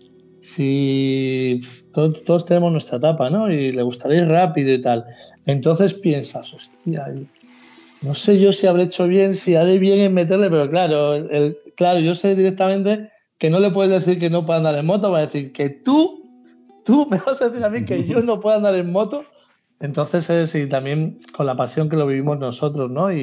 Si todos, todos tenemos nuestra etapa, ¿no? Y le gustaría ir rápido y tal. Entonces piensas, hostia, no sé yo si habré hecho bien, si haré bien en meterle, pero claro, el, el, claro, yo sé directamente que no le puedes decir que no pueda andar en moto, va a decir que tú, tú me vas a decir a mí que yo no puedo andar en moto. Entonces es, y también con la pasión que lo vivimos nosotros, ¿no? Y,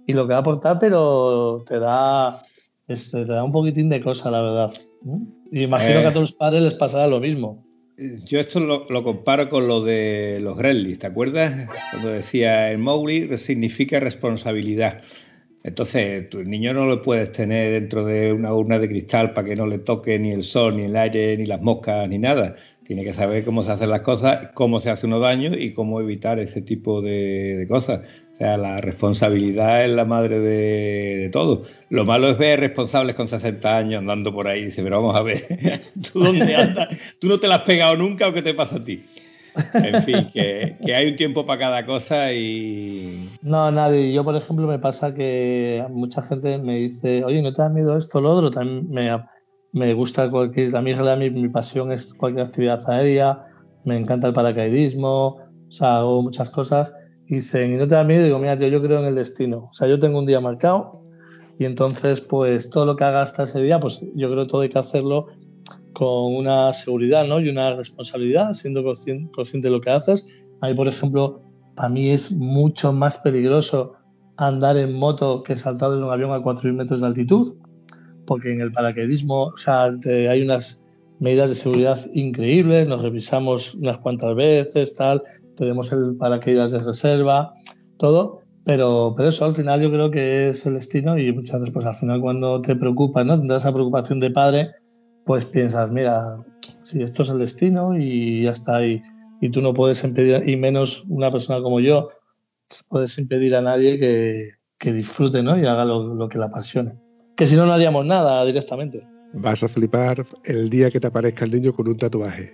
y lo que va a aportar, pero te da, este, te da un poquitín de cosa, la verdad. Y imagino eh, que a todos los padres les pasará lo mismo. Yo esto lo, lo comparo con lo de los Gremlins, ¿te acuerdas? Cuando decía el Mowgli significa responsabilidad. Entonces, tu niño no lo puedes tener dentro de una urna de cristal para que no le toque ni el sol, ni el aire, ni las moscas, ni nada. Tiene que saber cómo se hacen las cosas, cómo se hace uno daño y cómo evitar ese tipo de, de cosas. O sea, la responsabilidad es la madre de, de todo. Lo malo es ver responsables con sesenta años andando por ahí y dice, pero vamos a ver, ¿tú dónde andas? ¿Tú no te la has pegado nunca o qué te pasa a ti? En fin, que, que hay un tiempo para cada cosa y... No, nadie. Yo, por ejemplo, me pasa que mucha gente me dice, oye, ¿no te da miedo esto o lo otro? También me, me gusta cualquier... A mí, mi, mi pasión es cualquier actividad aérea, me encanta el paracaidismo, o sea, hago muchas cosas. Y dicen, ¿y no te da miedo? Y digo, mira, tío, yo creo en el destino. O sea, yo tengo un día marcado y entonces, pues, todo lo que haga hasta ese día, pues, yo creo que todo hay que hacerlo con una seguridad, ¿no? Y una responsabilidad, siendo consciente, consciente de lo que haces. A mí, por ejemplo, para mí es mucho más peligroso andar en moto que saltar desde un avión a cuatro mil metros de altitud, porque en el paracaidismo, o sea, te, hay unas medidas de seguridad increíbles, nos revisamos unas cuantas veces, tal, tenemos el paracaídas de reserva, todo, pero, pero eso al final yo creo que es el destino y muchas veces pues al final cuando te preocupas, ¿no? Tendrás esa preocupación de padre, pues piensas, mira, si esto es el destino y ya está, y, y tú no puedes impedir, y menos una persona como yo, puedes impedir a nadie que, que disfrute, ¿no? Y haga lo, lo que le apasione. Que si no, no haríamos nada directamente. Vas a flipar el día que te aparezca el niño con un tatuaje.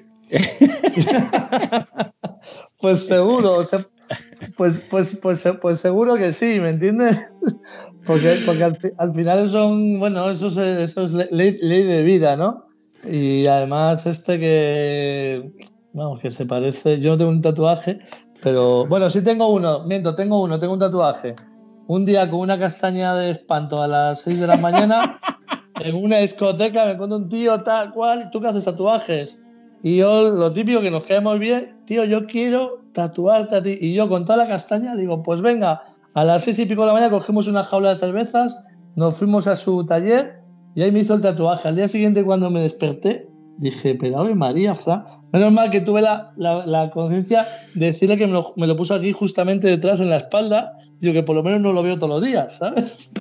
Pues seguro, o sea, pues, pues, pues, pues seguro que sí, ¿me entiendes? Porque, porque al, al final son, bueno, eso es, eso es ley, ley de vida, ¿no? Y además este que, vamos, que se parece, yo no tengo un tatuaje, pero bueno, sí tengo uno, miento, tengo uno, tengo un tatuaje. Un día con una castaña de espanto a las seis de la mañana, en una discoteca me encuentro un tío tal cual, ¿tú qué haces tatuajes? Y yo, lo típico que nos caemos bien, tío, yo quiero tatuarte a ti. Y yo con toda la castaña le digo, pues venga, a las seis y pico de la mañana cogimos una jaula de cervezas, nos fuimos a su taller y ahí me hizo el tatuaje. Al día siguiente cuando me desperté, dije, pero ave María, Fran, menos mal que tuve la, la, la conciencia de decirle que me lo, me lo puso aquí justamente detrás en la espalda, digo que por lo menos no lo veo todos los días, ¿sabes?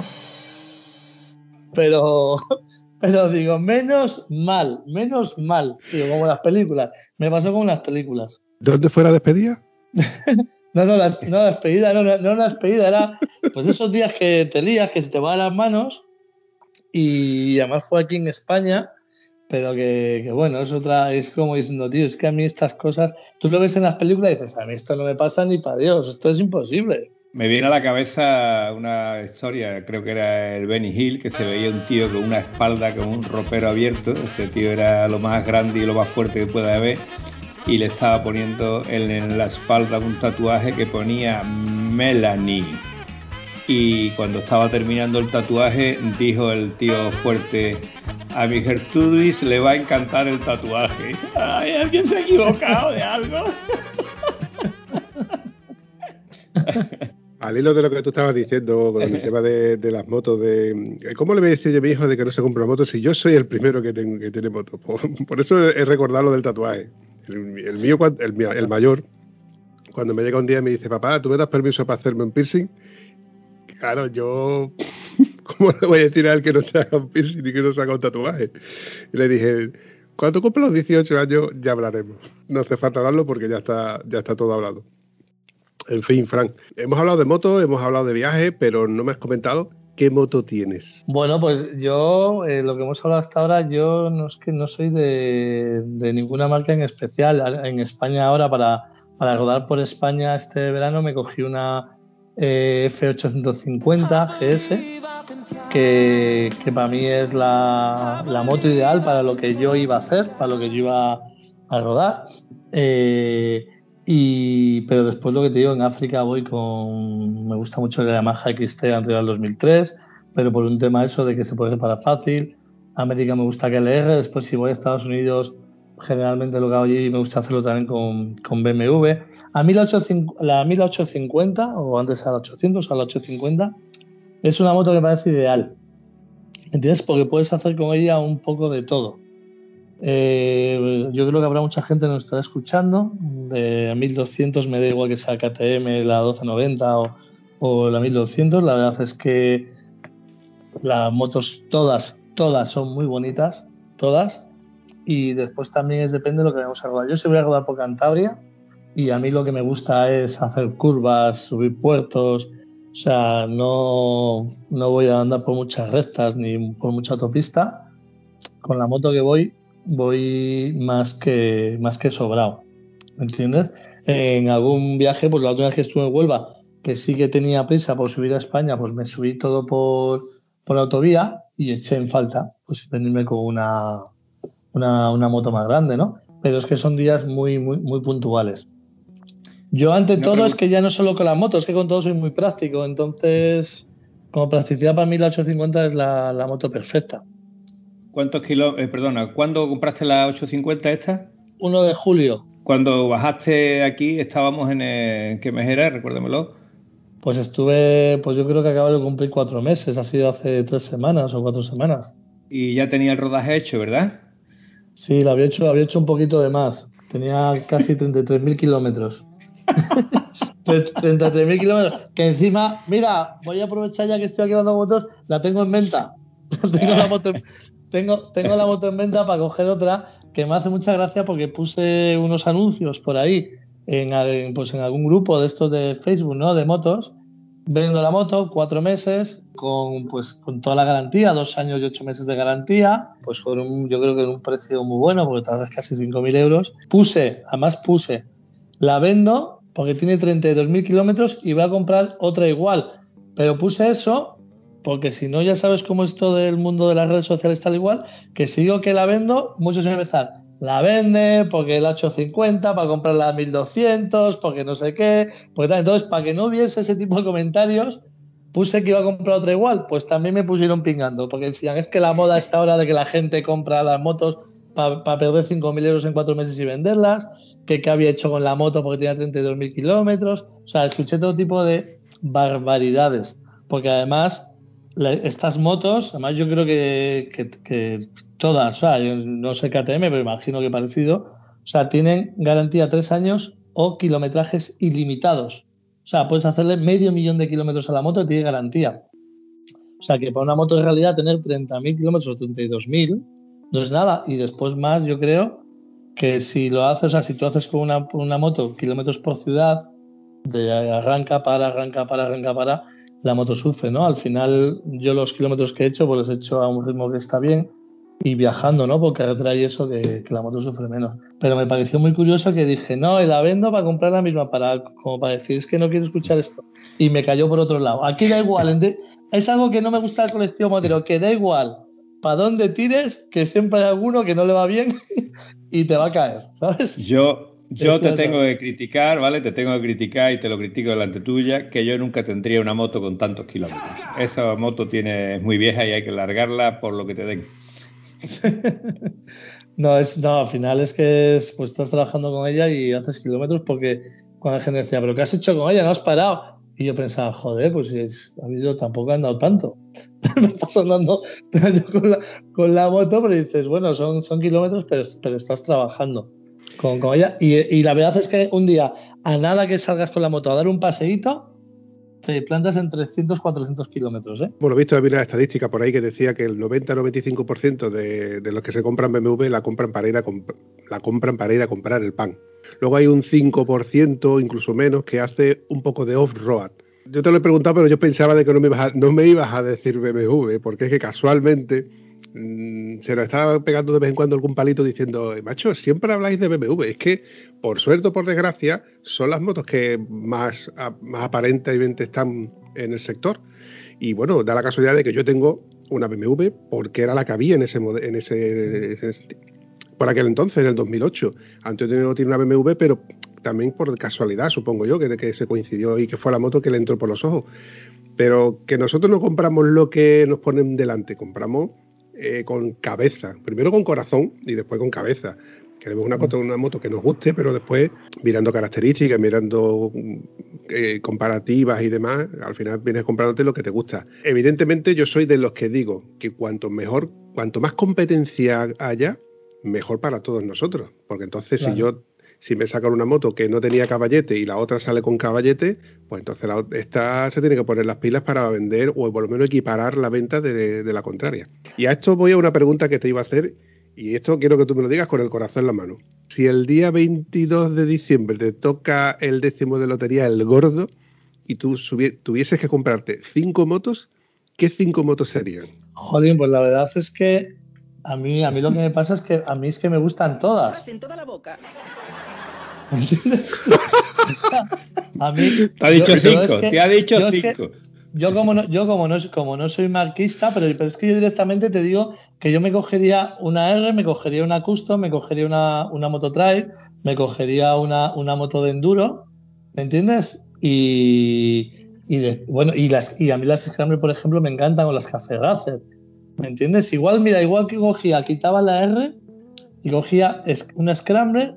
Pero... Pero digo, menos mal, menos mal. Digo, como las películas. Me pasó como las películas. ¿Dónde fue la despedida? no, no, la, no, la despedida, no, no, no la despedida, era pues esos días que te lías, que se te van las manos. Y además fue aquí en España, pero que, que bueno, es otra, es como diciendo, tío, es que a mí estas cosas, tú lo ves en las películas y dices, a mí esto no me pasa ni para Dios, esto es imposible. Me viene a la cabeza una historia, creo que era el Benny Hill, que se veía un tío con una espalda con un ropero abierto. Este tío era lo más grande y lo más fuerte que puede haber y le estaba poniendo en la espalda un tatuaje que ponía Melanie. Y cuando estaba terminando el tatuaje dijo el tío fuerte, a mi Gertrudis le va a encantar el tatuaje. Ay, alguien se ha equivocado de algo. Al hilo de lo que tú estabas diciendo con el tema de, de las motos, de ¿cómo le voy a decir yo a mi hijo de que no se compra una moto si yo soy el primero que, tengo, que tiene moto? Por, por eso he recordado lo del tatuaje. El, el mío, el, el mayor, cuando me llega un día y me dice, papá, ¿tú me das permiso para hacerme un piercing? Claro, yo, ¿cómo le voy a decir a él que no se haga un piercing ni que no se haga un tatuaje? Y le dije, cuando cumpla los dieciocho años ya hablaremos. No hace falta hablarlo porque ya está, ya está todo hablado. En fin, Fran, hemos hablado de moto, hemos hablado de viaje, pero no me has comentado qué moto tienes. Bueno, pues yo, eh, lo que hemos hablado hasta ahora, yo no es que no soy de, de ninguna marca en especial. En España ahora, para, para rodar por España este verano, me cogí una eh, F ochocientos cincuenta G S, que, que para mí es la, la moto ideal para lo que yo iba a hacer, para lo que yo iba a rodar. Eh, Y, pero después lo que te digo, en África voy con... Me gusta mucho el Yamaha X T anterior al dos mil tres, pero por un tema eso de que se puede reparar fácil. América me gusta K L R, después si voy a Estados Unidos, generalmente lo que hago allí me gusta hacerlo también con, con B M W. A mí la, ocho, la mil ochocientos cincuenta, o antes a la ochocientos, a la ochocientos cincuenta, es una moto que me parece ideal. ¿Entiendes? Porque puedes hacer con ella un poco de todo. Eh, yo creo que habrá mucha gente que nos estará escuchando. De mil doscientos me da igual que sea K T M, la doce noventa o, o la mil doscientos. La verdad es que las motos todas, todas son muy bonitas, todas. Y después también es, depende de lo que vamos a rodar. Yo sí voy a rodar por Cantabria y a mí lo que me gusta es hacer curvas, subir puertos. O sea, no, no voy a andar por muchas rectas ni por mucha autopista. Con la moto que voy, voy más que, más que sobrado. ¿Entiendes? En algún viaje, pues la última vez que estuve en Huelva, que sí que tenía prisa por subir a España, pues me subí todo por, por la autovía y eché en falta pues venirme con una, una, una moto más grande, ¿no? Pero es que son días muy, muy, muy puntuales. Yo, ante no, todo, pero... es que ya no solo con las motos, es que con todo soy muy práctico. Entonces, como practicidad para mí la ochocientos cincuenta es la, la moto perfecta. ¿Cuántos kilos? Eh, perdona, ¿cuándo compraste la ochocientos cincuenta esta? uno de julio. Cuando bajaste aquí, estábamos en el... ¿Qué mes era? Recuérdamelo. Pues estuve, pues yo creo que acabo de cumplir cuatro meses. Ha sido hace tres semanas o cuatro semanas. Y ya tenía el rodaje hecho, ¿verdad? Sí, lo había hecho, había hecho un poquito de más. Tenía casi treinta y tres mil kilómetros. treinta y tres mil kilómetros. Que encima, mira, voy a aprovechar ya que estoy aquí hablando con vosotros, la tengo en venta. tengo, la moto, tengo, tengo la moto en venta para coger otra, que me hace mucha gracia porque puse unos anuncios por ahí en, en, pues en algún grupo de estos de Facebook, ¿no? De motos. Vendo la moto, cuatro meses, con, pues, con toda la garantía, dos años y ocho meses de garantía, pues con un, yo creo que en un precio muy bueno, porque tardas casi cinco mil euros. Puse, además puse, la vendo porque tiene treinta y dos mil kilómetros y voy a comprar otra igual. Pero puse eso porque si no, ya sabes cómo es todo el mundo de las redes sociales tal igual, que si digo que la vendo, muchos van a empezar, la vende porque la ochocientos cincuenta, para comprar la mil doscientos, porque no sé qué, porque tal. Entonces, para que no hubiese ese tipo de comentarios, puse que iba a comprar otra igual, pues también me pusieron pingando, porque decían, es que la moda está ahora de que la gente compra las motos para pa perder cinco mil euros en cuatro meses y venderlas, que qué había hecho con la moto porque tenía treinta y dos mil kilómetros. O sea, escuché todo tipo de barbaridades, porque además la, estas motos, además yo creo que, que, que todas, o sea, yo no sé K T M, pero imagino que parecido, o sea, tienen garantía tres años o kilometrajes ilimitados. O sea, puedes hacerle medio millón de kilómetros a la moto y tiene garantía. O sea, que para una moto en realidad tener treinta mil kilómetros o treinta y dos mil no es nada. Y después más, yo creo que si lo haces, o sea, si tú haces con una, una moto kilómetros por ciudad, de arranca, para, arranca, para, arranca, para, la moto sufre, ¿no? Al final, yo los kilómetros que he hecho, pues los he hecho a un ritmo que está bien y viajando, ¿no? Porque trae eso que, que la moto sufre menos. Pero me pareció muy curioso que dije, no, y la vendo para comprar la misma, para, como para decir, es que no quiero escuchar esto. Y me cayó por otro lado. Aquí da igual, es algo que no me gusta del colectivo motero, que da igual para dónde tires, que siempre hay alguno que no le va bien y te va a caer, ¿sabes? Yo... Yo te tengo que criticar, ¿vale? Te tengo que criticar y te lo critico delante tuya, que yo nunca tendría una moto con tantos kilómetros. Esa moto tiene, es muy vieja y hay que largarla por lo que te den. No, es, no, al final es que es, pues estás trabajando con ella y haces kilómetros porque cuando la gente decía, ¿pero qué has hecho con ella? ¿No has parado? Y yo pensaba, joder, pues es, a mí yo tampoco he andado tanto. Me paso andando con la, con la moto, pero dices, bueno, son, son kilómetros, pero, pero estás trabajando Con, con ella y, y la verdad es que un día, a nada que salgas con la moto a dar un paseíto, te plantas en trescientos, cuatrocientos kilómetros, ¿eh? Bueno, he visto también la estadística por ahí que decía que el noventa a noventa y cinco por ciento de, de los que se compran B M W la compran para ir a comp- la compran para ir a comprar el pan. Luego hay un cinco por ciento, incluso menos, que hace un poco de off-road. Yo te lo he preguntado, pero yo pensaba de que no me ibas a, no me ibas a decir B M W, porque es que casualmente mmm, se nos estaba pegando de vez en cuando algún palito diciendo, macho, siempre habláis de B M W. Es que, por suerte o por desgracia, son las motos que más, a, más aparentemente están en el sector. Y bueno, da la casualidad de que yo tengo una B M W porque era la que había en ese, en ese, en ese por aquel entonces, en el dos mil ocho. Antonio tiene una B M W, pero también por casualidad, supongo yo, que, que se coincidió y que fue la moto que le entró por los ojos. Pero que nosotros no compramos lo que nos ponen delante, compramos eh, con cabeza. Primero con corazón y después con cabeza. Queremos una moto, una moto que nos guste, pero después, mirando características, mirando eh, comparativas y demás, al final vienes comprándote lo que te gusta. Evidentemente, yo soy de los que digo que cuanto mejor, cuanto más competencia haya, mejor para todos nosotros. Porque entonces, claro, si yo, si me sacan una moto que no tenía caballete y la otra sale con caballete, pues entonces la, esta se tiene que poner las pilas para vender o por lo menos equiparar la venta de, de la contraria. Y a esto voy a una pregunta que te iba a hacer. Y esto quiero que tú me lo digas con el corazón en la mano. Si el día veintidós de diciembre te toca el décimo de lotería, el gordo, y tú tuvieses que comprarte cinco motos, ¿qué cinco motos serían? Joder, pues la verdad es que a mí, a mí lo que me pasa es que a mí es que me gustan todas. En toda la boca. ¿Me entiendes? O sea, a mí, te ha dicho yo, cinco, yo es que, te ha dicho yo cinco. Es que, Yo como no, yo como no, como no soy marquista, pero, pero es que yo directamente te digo que yo me cogería una R, me cogería una Custom, me cogería una, una moto trail, me cogería una, una moto de enduro, ¿me entiendes? Y, y de, bueno, y las y a mí las Scrambler, por ejemplo, me encantan, o las Café Racer, ¿me entiendes? Igual, mira, igual que cogía, quitaba la R y cogía una Scrambler,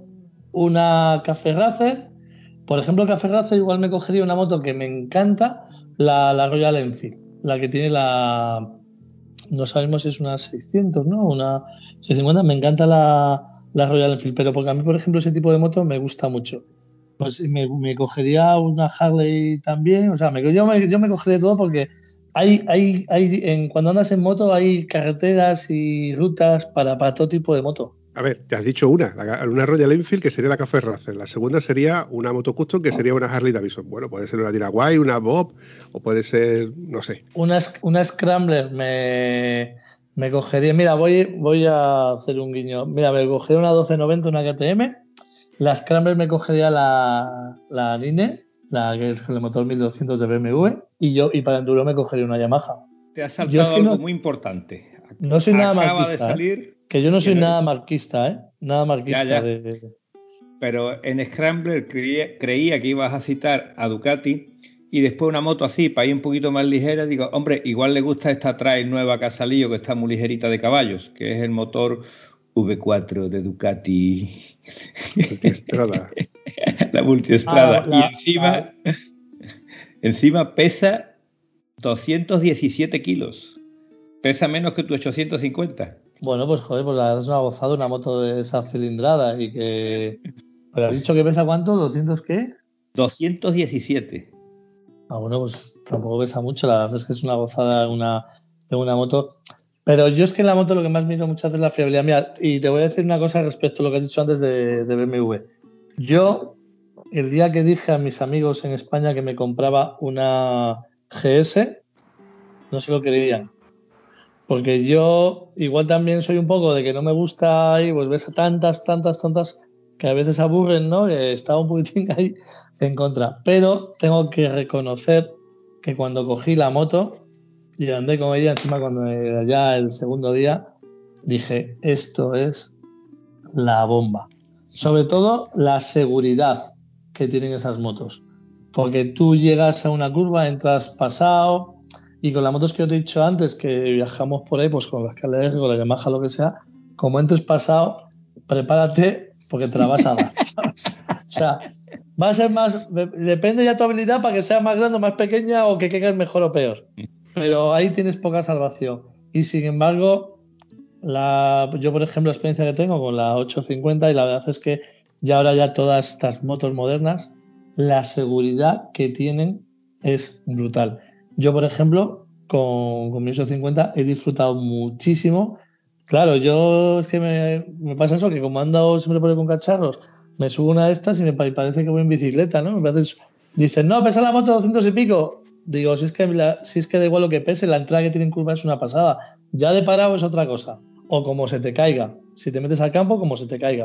una Café Racer. Por ejemplo, Café Racer igual me cogería una moto que me encanta, la, la Royal Enfield, la que tiene la... No sabemos si es una seiscientos, ¿no? Una seiscientos cincuenta. Me encanta la, la Royal Enfield, pero porque a mí, por ejemplo, ese tipo de moto me gusta mucho. Pues me, me cogería una Harley también. O sea, me, yo, me, yo me cogería todo porque hay, hay, hay en, cuando andas en moto hay carreteras y rutas para, para todo tipo de moto. A ver, te has dicho una, una Royal Enfield que sería la Café Racer. La segunda sería una moto custom que sería una Harley Davidson. Bueno, puede ser una Tiraguay, una Bob, o puede ser, no sé. Una, una Scrambler me, me cogería... Mira, voy, voy a hacer un guiño. Mira, me cogería una doce noventa, una K T M. La Scrambler me cogería la, la Nine, la que es el motor mil doscientos de B M W. Y yo, y para enduro me cogería una Yamaha. Te has saltado es que algo no, muy importante. No soy nada Acaba marquista. de salir... ¿eh? Que yo no soy no nada eres... marquista, ¿eh? Nada marquista. Ya, ya. De, de... Pero en Scrambler creía, creía que ibas a citar a Ducati y después una moto así, para ir un poquito más ligera, digo, hombre, igual le gusta esta trail nueva que ha salido, que está muy ligerita de caballos, que es el motor V cuatro de Ducati. Multiestrada. La multiestrada. Ah, la, y encima, la... encima pesa doscientos diecisiete kilos. Pesa menos que tu ochocientos cincuenta. Bueno, pues joder, pues la verdad es una gozada una moto de esa cilindrada y que... ¿Pero has dicho que pesa cuánto? ¿doscientos qué? doscientos diecisiete. Ah, bueno, pues tampoco pesa mucho. La verdad es que es una gozada una, una moto. Pero yo es que en la moto lo que más miro muchas veces es la fiabilidad. Mira, y te voy a decir una cosa respecto a lo que has dicho antes de, de B M W. Yo, el día que dije a mis amigos en España que me compraba una G S, no se lo creían. Porque yo igual también soy un poco de que no me gusta ahí, pues ves tantas, tantas, tantas que a veces aburren, ¿no? Que estaba un poquitín ahí en contra. Pero tengo que reconocer que cuando cogí la moto y andé con ella, encima cuando era ya el segundo día, dije, esto es la bomba. Sobre todo la seguridad que tienen esas motos. Porque tú llegas a una curva, entras pasado... Y con las motos que yo te he dicho antes, que viajamos por ahí, pues con las K L R, con la Yamaha, lo que sea, como entres pasado, prepárate porque te la vas a dar, ¿sabes? O sea, va a ser más... Depende ya de tu habilidad para que sea más grande o más pequeña o que caigas mejor o peor. Pero ahí tienes poca salvación. Y sin embargo, la, yo, por ejemplo, la experiencia que tengo con la ochocientos cincuenta, y la verdad es que ya ahora ya todas estas motos modernas, la seguridad que tienen es brutal. Yo, por ejemplo, con, con mi ochocientos cincuenta he disfrutado muchísimo. Claro, yo es que me, me pasa eso, que como ando siempre por ahí con cacharros, me subo una de estas y me parece que voy en bicicleta, ¿no? Me parece, dicen, no, pesa la moto doscientos y pico. Digo, si es, que la, si es que da igual lo que pese, la entrada que tiene en curva es una pasada. Ya de parado es otra cosa. O como se te caiga. Si te metes al campo, como se te caiga.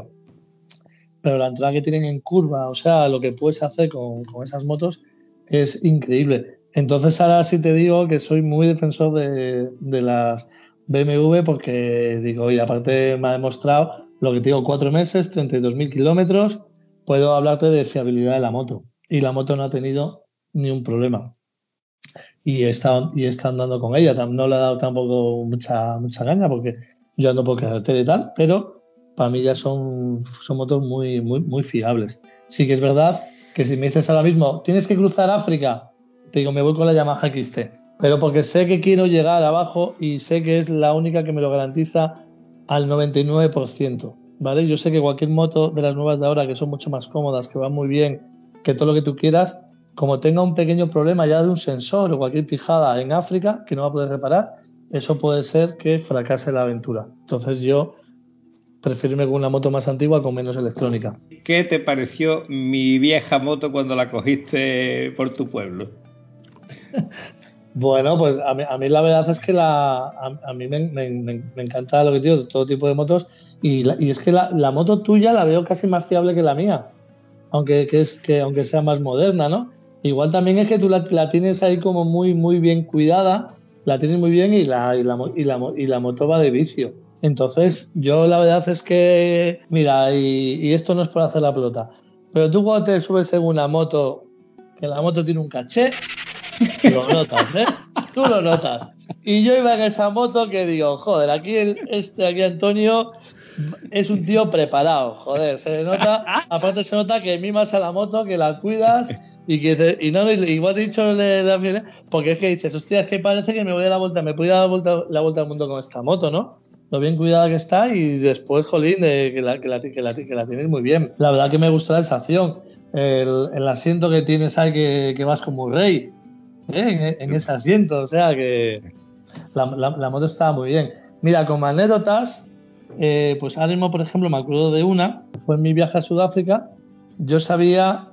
Pero la entrada que tienen en curva, o sea, lo que puedes hacer con, con esas motos es increíble. Entonces ahora sí te digo que soy muy defensor de, de las B M W porque digo, y aparte me ha demostrado lo que te digo, cuatro meses, treinta y dos mil kilómetros, puedo hablarte de fiabilidad de la moto. Y la moto no ha tenido ni un problema. Y he estado, y he estado andando con ella. No le he dado tampoco mucha, mucha caña porque yo ando por carretera y tal, pero para mí ya son, son motos muy, muy, muy fiables. Sí que es verdad que si me dices ahora mismo, tienes que cruzar África, te digo, me voy con la Yamaha X T, pero porque sé que quiero llegar abajo y sé que es la única que me lo garantiza al noventa y nueve por ciento, ¿vale? Yo sé que cualquier moto de las nuevas de ahora, que son mucho más cómodas, que van muy bien, que todo lo que tú quieras, como tenga un pequeño problema ya de un sensor o cualquier pijada en África que no va a poder reparar, eso puede ser que fracase la aventura. Entonces yo prefiero irme con una moto más antigua con menos electrónica. ¿Qué te pareció mi vieja moto cuando la cogiste por tu pueblo? Bueno, pues a mí, a mí la verdad es que la, a, a mí me, me, me, me encanta lo que digo, todo tipo de motos, y, la, y es que la, la moto tuya la veo casi más fiable que la mía, aunque, que es, que, aunque sea más moderna, ¿no? Igual también es que tú la, la tienes ahí como muy, muy bien cuidada, la tienes muy bien y la, y, la, y, la, y la moto va de vicio. Entonces, yo la verdad es que, mira, y, y esto no es por hacer la pelota, pero tú cuando te subes en una moto, que la moto tiene un caché, lo notas, ¿eh? Tú lo notas. Y yo iba en esa moto que digo, joder, aquí el, este aquí Antonio es un tío preparado, joder, se nota, aparte se nota que mimas a la moto, que la cuidas y que te, y no, igual te he dicho también, porque es que dices, hostia, es que parece que me voy a la vuelta, me voy a dar la vuelta, la vuelta al mundo con esta moto, ¿no? Lo bien cuidada que está y después, jolín, de, que, la, que, la, que, la, que la tienes muy bien. La verdad que me gustó la sensación, el, el asiento que tienes ahí que, que vas como rey, ¿eh? en, en ese asiento, o sea que la, la, la moto estaba muy bien. Mira, como anécdotas, eh, pues ahora mismo, por ejemplo, me acuerdo de una, fue en mi viaje a Sudáfrica, yo sabía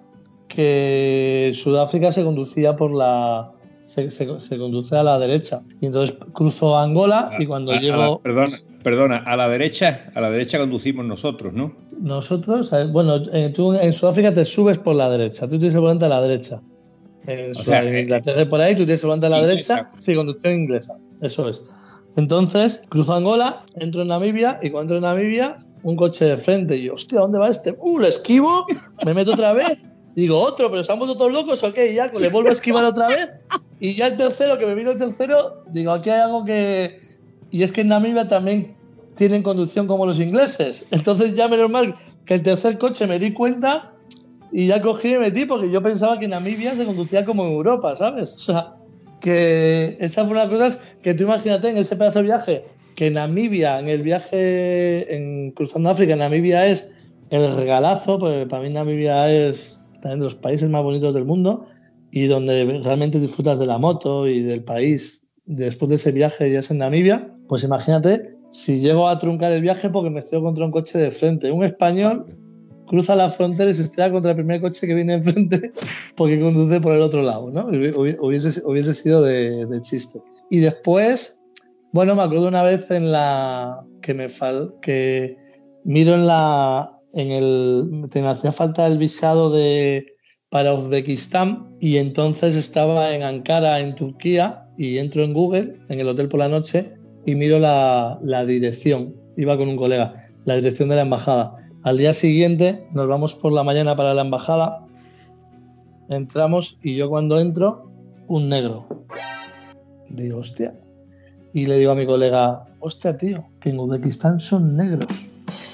que Sudáfrica se conducía por la... Se, se, se conduce a la derecha y entonces cruzo Angola y cuando a, llego... A la, perdona, perdona, a la derecha, a la derecha conducimos nosotros, ¿no? Nosotros, bueno, eh, tú en Sudáfrica te subes por la derecha, tú tienes el volante a la derecha. En, o sea, en Inglaterra por ahí, tú tienes el volante a la inglesa. Derecha, sí, conducción inglesa, eso es. Entonces, cruzo Angola, entro en Namibia y cuando entro en Namibia, un coche de frente y yo, hostia, ¿dónde va este? Uh, lo esquivo, me meto otra vez, digo, otro, pero ¿se han vuelto todos locos o qué? Y ya le vuelvo a esquivar otra vez y ya el tercero, que me vino el tercero, digo, aquí hay algo que... Y es que en Namibia también tienen conducción como los ingleses, entonces ya menos mal que el tercer coche me di cuenta y ya cogí y me metí porque yo pensaba que en Namibia se conducía como en Europa, ¿sabes? O sea, que esa fue una de las cosas que tú imagínate en ese pedazo de viaje, que Namibia, en el viaje en cruzando África, Namibia es el regalazo, porque para mí Namibia es también de los países más bonitos del mundo y donde realmente disfrutas de la moto y del país. Después de ese viaje ya es en Namibia, pues imagínate si llego a truncar el viaje porque me estoy contra un coche de frente, un español cruza la frontera y se estrella contra el primer coche que viene enfrente porque conduce por el otro lado, ¿no? Hubiese, hubiese sido de, de chiste. Y después, bueno, me acuerdo una vez en la que me fal, que miro en la en el te me hacía falta el visado de para Uzbekistán y entonces estaba en Ankara, en Turquía, y entro en Google, en el hotel por la noche, y miro la, la dirección, iba con un colega, la dirección de la embajada. Al día siguiente nos vamos por la mañana para la embajada, entramos y yo cuando entro, un negro. Digo, hostia. Y le digo a mi colega, hostia, tío, que en Uzbekistán son negros.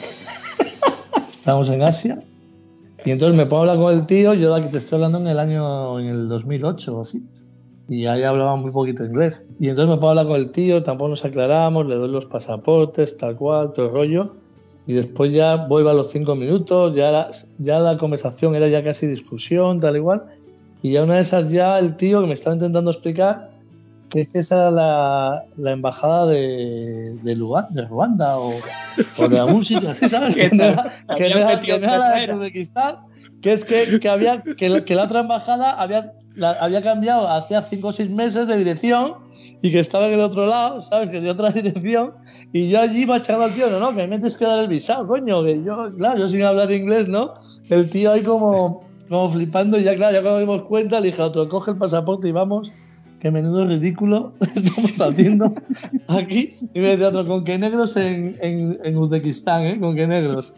Estamos en Asia. Y entonces me pongo a hablar con el tío, yo aquí te estoy hablando en el año, en el dos mil ocho o así. Y ahí hablaba muy poquito inglés. Y entonces me pongo a hablar con el tío, tampoco nos aclaramos, le doy los pasaportes, tal cual, todo el rollo. Y después ya voy a los cinco minutos, ya la, ya la conversación era ya casi discusión, tal igual. Y ya una de esas ya el tío que me estaba intentando explicar que esa era la, la embajada de, de, Lugar, de Ruanda o, o de algún sitio así, ¿sabes? Que no era, que no era, que no era de Uzbekistán, que es que, que, había, que, que la otra embajada había, la, había cambiado hacía cinco o seis meses de dirección y que estaba en el otro lado, ¿sabes? Que de otra dirección. Y yo allí machacando al tío, no, no, que me tienes que dar el visado, coño. Que yo, claro, yo sin hablar inglés, ¿no? El tío ahí como, como flipando y ya, claro, ya cuando dimos cuenta, le dije a otro, coge el pasaporte y vamos. Qué menudo ridículo estamos haciendo aquí. Y me decía otro, ¿con qué negros en, en, en Uzbekistán, eh? ¿Con qué negros?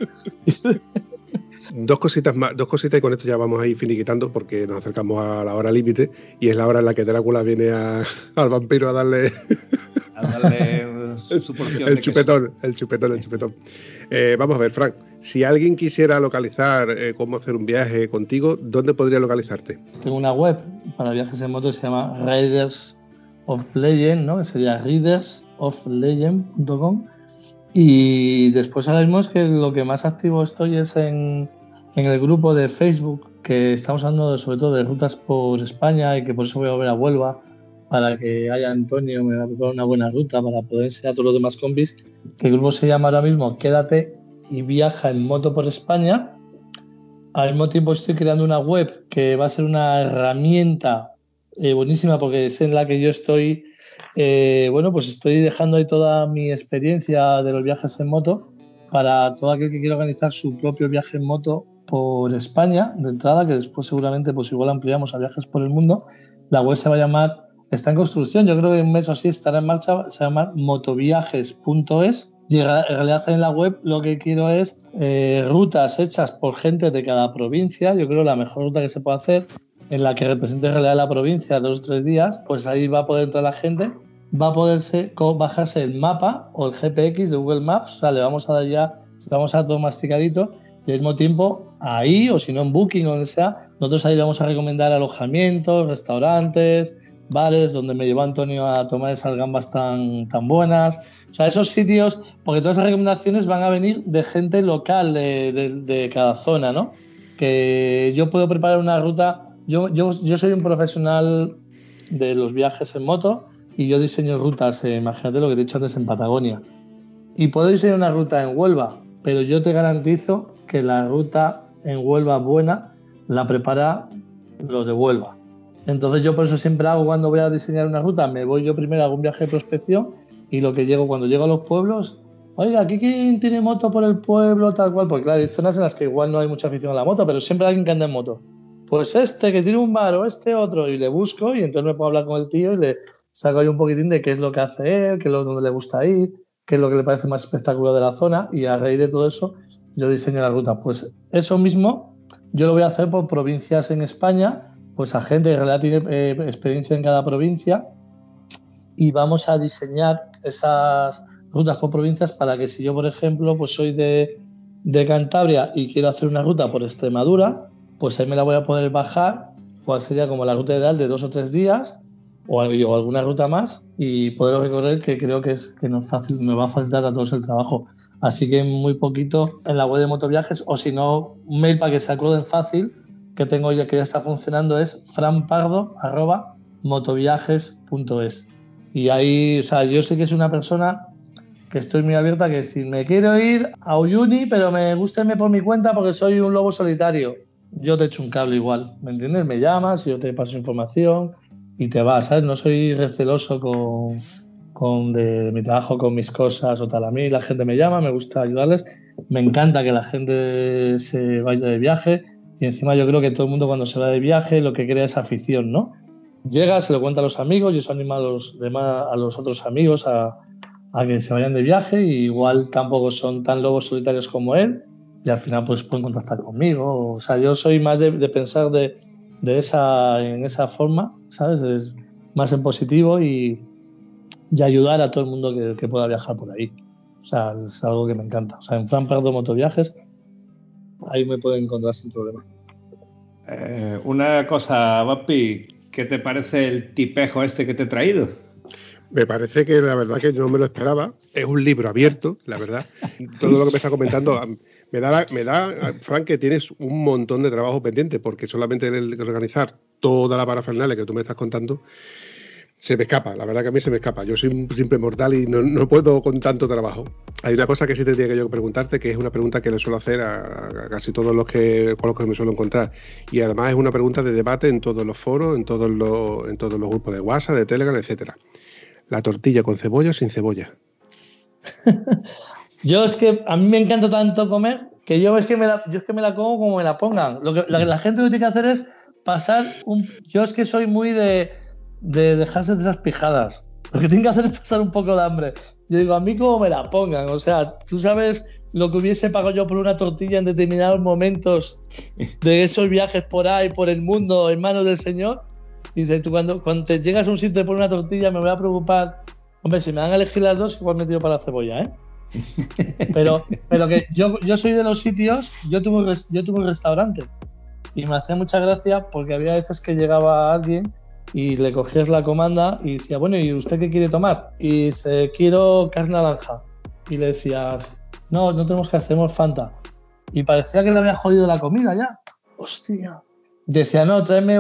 Dos cositas más, dos cositas y con esto ya vamos a ir finiquitando porque nos acercamos a la hora límite y es la hora en la que Drácula viene a, al vampiro a darle... A darle su porción el de chupetón, queso. el chupetón, el chupetón. Eh, vamos a ver, Frank, si alguien quisiera localizar eh, cómo hacer un viaje contigo, ¿dónde podría localizarte? Tengo una web para viajes en moto que se llama Riders of Legend, ¿no? Que sería riders of legend punto com. Y después ahora mismo es que lo que más activo estoy es en, en el grupo de Facebook, que estamos hablando de, sobre todo de rutas por España, y que por eso voy a volver a Huelva, para que haya Antonio, me va a preparar una buena ruta para poder enseñar a todos los demás compis. Que el grupo se llama ahora mismo Quédate y viaja en moto por España. Al mismo tiempo estoy creando una web que va a ser una herramienta eh, buenísima, porque es en la que yo estoy, eh, bueno, pues estoy dejando ahí toda mi experiencia de los viajes en moto para todo aquel que quiera organizar su propio viaje en moto por España, de entrada, que después seguramente pues igual ampliamos a viajes por el mundo. La web se va a llamar, está en construcción, yo creo que en un mes o así estará en marcha, se llama motoviajes punto es. Y en realidad en la web lo que quiero es eh, rutas hechas por gente de cada provincia. Yo creo que la mejor ruta que se puede hacer, en la que represente en realidad la provincia dos o tres días, pues ahí va a poder entrar la gente, va a poderse bajarse el mapa o el G P X de Google Maps, o sea, le vamos a dar ya, le vamos a dar todo masticadito, y al mismo tiempo ahí, o si no en Booking o donde sea, nosotros ahí le vamos a recomendar alojamientos, restaurantes, bares, donde me llevó Antonio a tomar esas gambas tan, tan buenas. O sea, esos sitios, porque todas esas recomendaciones van a venir de gente local de, de, de cada zona, ¿no? Que yo puedo preparar una ruta. Yo, yo, yo soy un profesional de los viajes en moto y yo diseño rutas, eh, imagínate lo que te he dicho antes, en Patagonia. Y puedo diseñar una ruta en Huelva, pero yo te garantizo que la ruta en Huelva buena la prepara los de Huelva. Entonces yo por eso siempre hago, cuando voy a diseñar una ruta, me voy yo primero a algún viaje de prospección, y lo que llego, cuando llego a los pueblos, oiga, ¿aquí quién tiene moto por el pueblo, tal cual? Porque claro, hay zonas en las que igual no hay mucha afición a la moto, pero siempre hay alguien que anda en moto. Pues este que tiene un bar o este otro, y le busco, y entonces me puedo hablar con el tío y le saco ahí un poquitín de qué es lo que hace él, qué es lo donde le gusta ir, qué es lo que le parece más espectacular de la zona, y a raíz de todo eso yo diseño la ruta. Pues eso mismo yo lo voy a hacer por provincias en España, pues a gente que en realidad tiene eh, experiencia en cada provincia, y vamos a diseñar esas rutas por provincias para que si yo, por ejemplo, pues soy de, de Cantabria y quiero hacer una ruta por Extremadura, pues ahí me la voy a poder bajar, cuál sería como la ruta ideal de dos o tres días, o, o alguna ruta más, y poder recorrer, que creo que, es, que nos, facil, nos va a facilitar a todos el trabajo. Así que muy poquito en la web de Motoviajes, o si no, un mail para que se acuerden fácil, que tengo ya, que ya está funcionando, es franpardo arroba motoviajes punto es. Y ahí, o sea, yo sé que es una persona que estoy muy abierta a que decir, me quiero ir a Uyuni, pero me gusta irme por mi cuenta porque soy un lobo solitario. Yo te echo un cable igual, ¿me entiendes? Me llamas, yo te paso información y te vas, ¿sabes? No soy receloso con, con de mi trabajo, con mis cosas o tal. A mí la gente me llama, me gusta ayudarles. Me encanta que la gente se vaya de viaje, y encima yo creo que todo el mundo cuando se va de viaje lo que crea es afición, ¿no? Llega, se lo cuenta a los amigos, y eso anima a los demás, a los otros amigos a, a que se vayan de viaje, y igual tampoco son tan lobos solitarios como él, y al final pues pueden contactar conmigo. O sea, yo soy más de, de pensar de, de esa, en esa forma, ¿sabes? Es más en positivo, y, y ayudar a todo el mundo que, que pueda viajar por ahí. O sea, es algo que me encanta. O sea, en Fran Pardo Motoviajes, ahí me pueden encontrar sin problema. Eh, una cosa, Papi, ¿qué te parece el tipejo este que te he traído? Me parece que la verdad que no me lo esperaba. Es un libro abierto, la verdad. Todo lo que me está comentando me da, me da, Frank, que tienes un montón de trabajo pendiente, porque solamente el organizar toda la parafernalia que tú me estás contando se me escapa. La verdad que a mí se me escapa. Yo soy un simple mortal y no, no puedo con tanto trabajo. Hay una cosa que sí tendría que yo preguntarte, que es una pregunta que le suelo hacer a, a casi todos los que con los que me suelo encontrar, y además es una pregunta de debate en todos los foros, en todos los, en todos los grupos de WhatsApp, de Telegram, etcétera. ¿La tortilla con cebolla o sin cebolla? Yo es que a mí me encanta tanto comer que yo es que me la, yo es que me la como como me la pongan. Lo que la, la gente lo que tiene que hacer es pasar un... Yo es que soy muy de, de dejarse de esas pijadas. Lo que tienen que hacer es pasar un poco de hambre. Yo digo, a mí como me la pongan. O sea, tú sabes lo que hubiese pagado yo por una tortilla en determinados momentos de esos viajes por ahí, por el mundo, en manos del Señor. Y dices, tú cuando, cuando te llegas a un sitio por una tortilla, me voy a preocupar Hombre, si me dan a elegir las dos, igual me tiro para la cebolla, ¿eh? Pero, pero que yo, yo soy de los sitios, yo tuve, un, yo tuve un restaurante y me hacía mucha gracia porque había veces que llegaba alguien y le cogías la comanda y decía, bueno, ¿y usted qué quiere tomar? Y dice, quiero cas naranja. Y le decías, no, no tenemos cas, tenemos Fanta. Y parecía que le había jodido la comida ya. Hostia. Decía, no, tráeme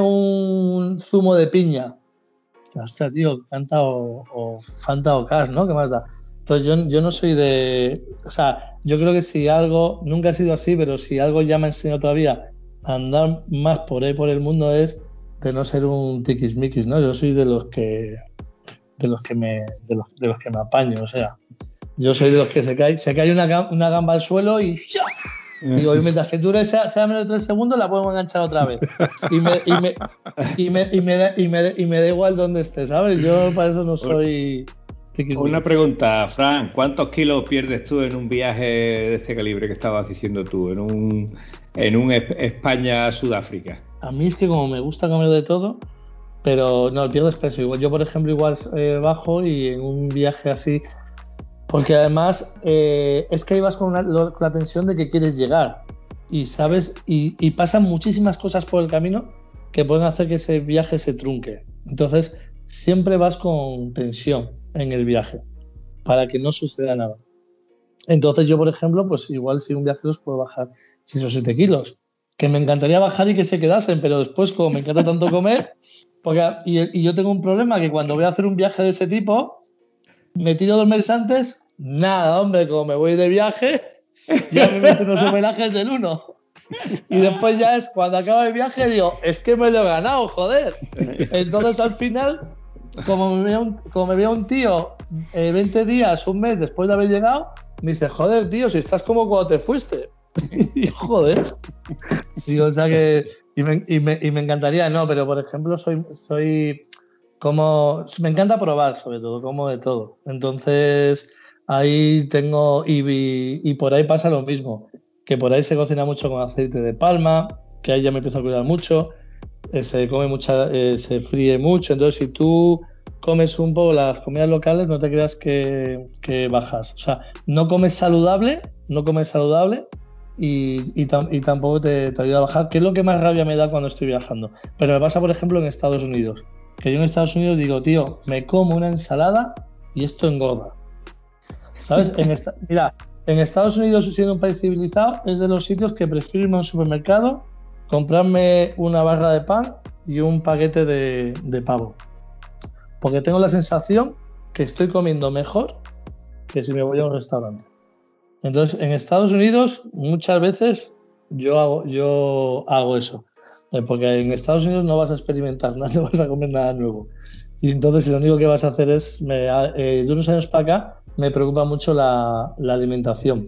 un zumo de piña. Hostia, tío, Fanta o, o Fanta o cas, ¿no? ¿Qué más da? Entonces yo, yo no soy de... O sea, yo creo que si algo, nunca ha sido así, pero si algo ya me ha enseñado todavía a andar más por ahí por el mundo es de no ser un tiquismiquis, ¿no? Yo soy de los que de los que me de los, de los que me apaño, o sea, yo soy de los que se cae, se cae una, una gamba al suelo y ¡ya! Digo, y mientras que dure sea, sea menos de tres segundos la podemos enganchar otra vez. Y me, y me, y me, y me, da, y me, y me da igual dónde esté, ¿sabes? Yo para eso no soy... Una pregunta, Fran, ¿cuántos kilos pierdes tú en un viaje de ese calibre que estabas diciendo tú, en un, en un España-Sudáfrica? A mí es que como me gusta comer de todo, pero no, pierdo peso. Igual, yo, por ejemplo, igual eh, bajo y en un viaje así, porque además eh, es que ahí vas con, una, con la tensión de que quieres llegar y sabes, y, y pasan muchísimas cosas por el camino que pueden hacer que ese viaje se trunque. Entonces, siempre vas con tensión en el viaje para que no suceda nada. Entonces yo, por ejemplo, pues igual si un viaje los puedo bajar seis o siete kilos, que me encantaría bajar y que se quedasen, pero después como me encanta tanto comer, porque, y, y yo tengo un problema que cuando voy a hacer un viaje de ese tipo, me tiro dos meses antes, nada, hombre, como me voy de viaje, ya me meto unos homenajes del uno. Y después ya es cuando acaba el viaje, digo, es que me lo he ganado, joder. Entonces al final... Como me veía un, como me veía un tío eh, veinte días, un mes después de haber llegado, me dice, joder, tío, si estás como cuando te fuiste. Y joder. Digo, o sea que... Y me, y, me, y me encantaría, no, pero por ejemplo soy, soy como... Me encanta probar, sobre todo, como de todo. Entonces, ahí tengo... Y, y, y por ahí pasa lo mismo, que por ahí se cocina mucho con aceite de palma, que ahí ya me empiezo a cuidar mucho. Eh, se come mucha, eh, se fríe mucho, entonces si tú comes un poco las comidas locales no te creas que, que bajas, o sea, no comes saludable, no comes saludable y, y, tam, y tampoco te, te ayuda a bajar, que es lo que más rabia me da cuando estoy viajando, pero me pasa por ejemplo en Estados Unidos, que yo en Estados Unidos digo, tío, me como una ensalada y esto engorda, ¿sabes? En esta, mira, en Estados Unidos, siendo un país civilizado, es de los sitios que prefiero irme a un supermercado, comprarme una barra de pan y un paquete de, de pavo. Porque tengo la sensación que estoy comiendo mejor que si me voy a un restaurante. Entonces, en Estados Unidos, muchas veces yo hago, yo hago eso. Eh, porque en Estados Unidos no vas a experimentar nada, no vas a comer nada nuevo. Y entonces lo único que vas a hacer es, me, eh, de unos años para acá, me preocupa mucho la, la alimentación.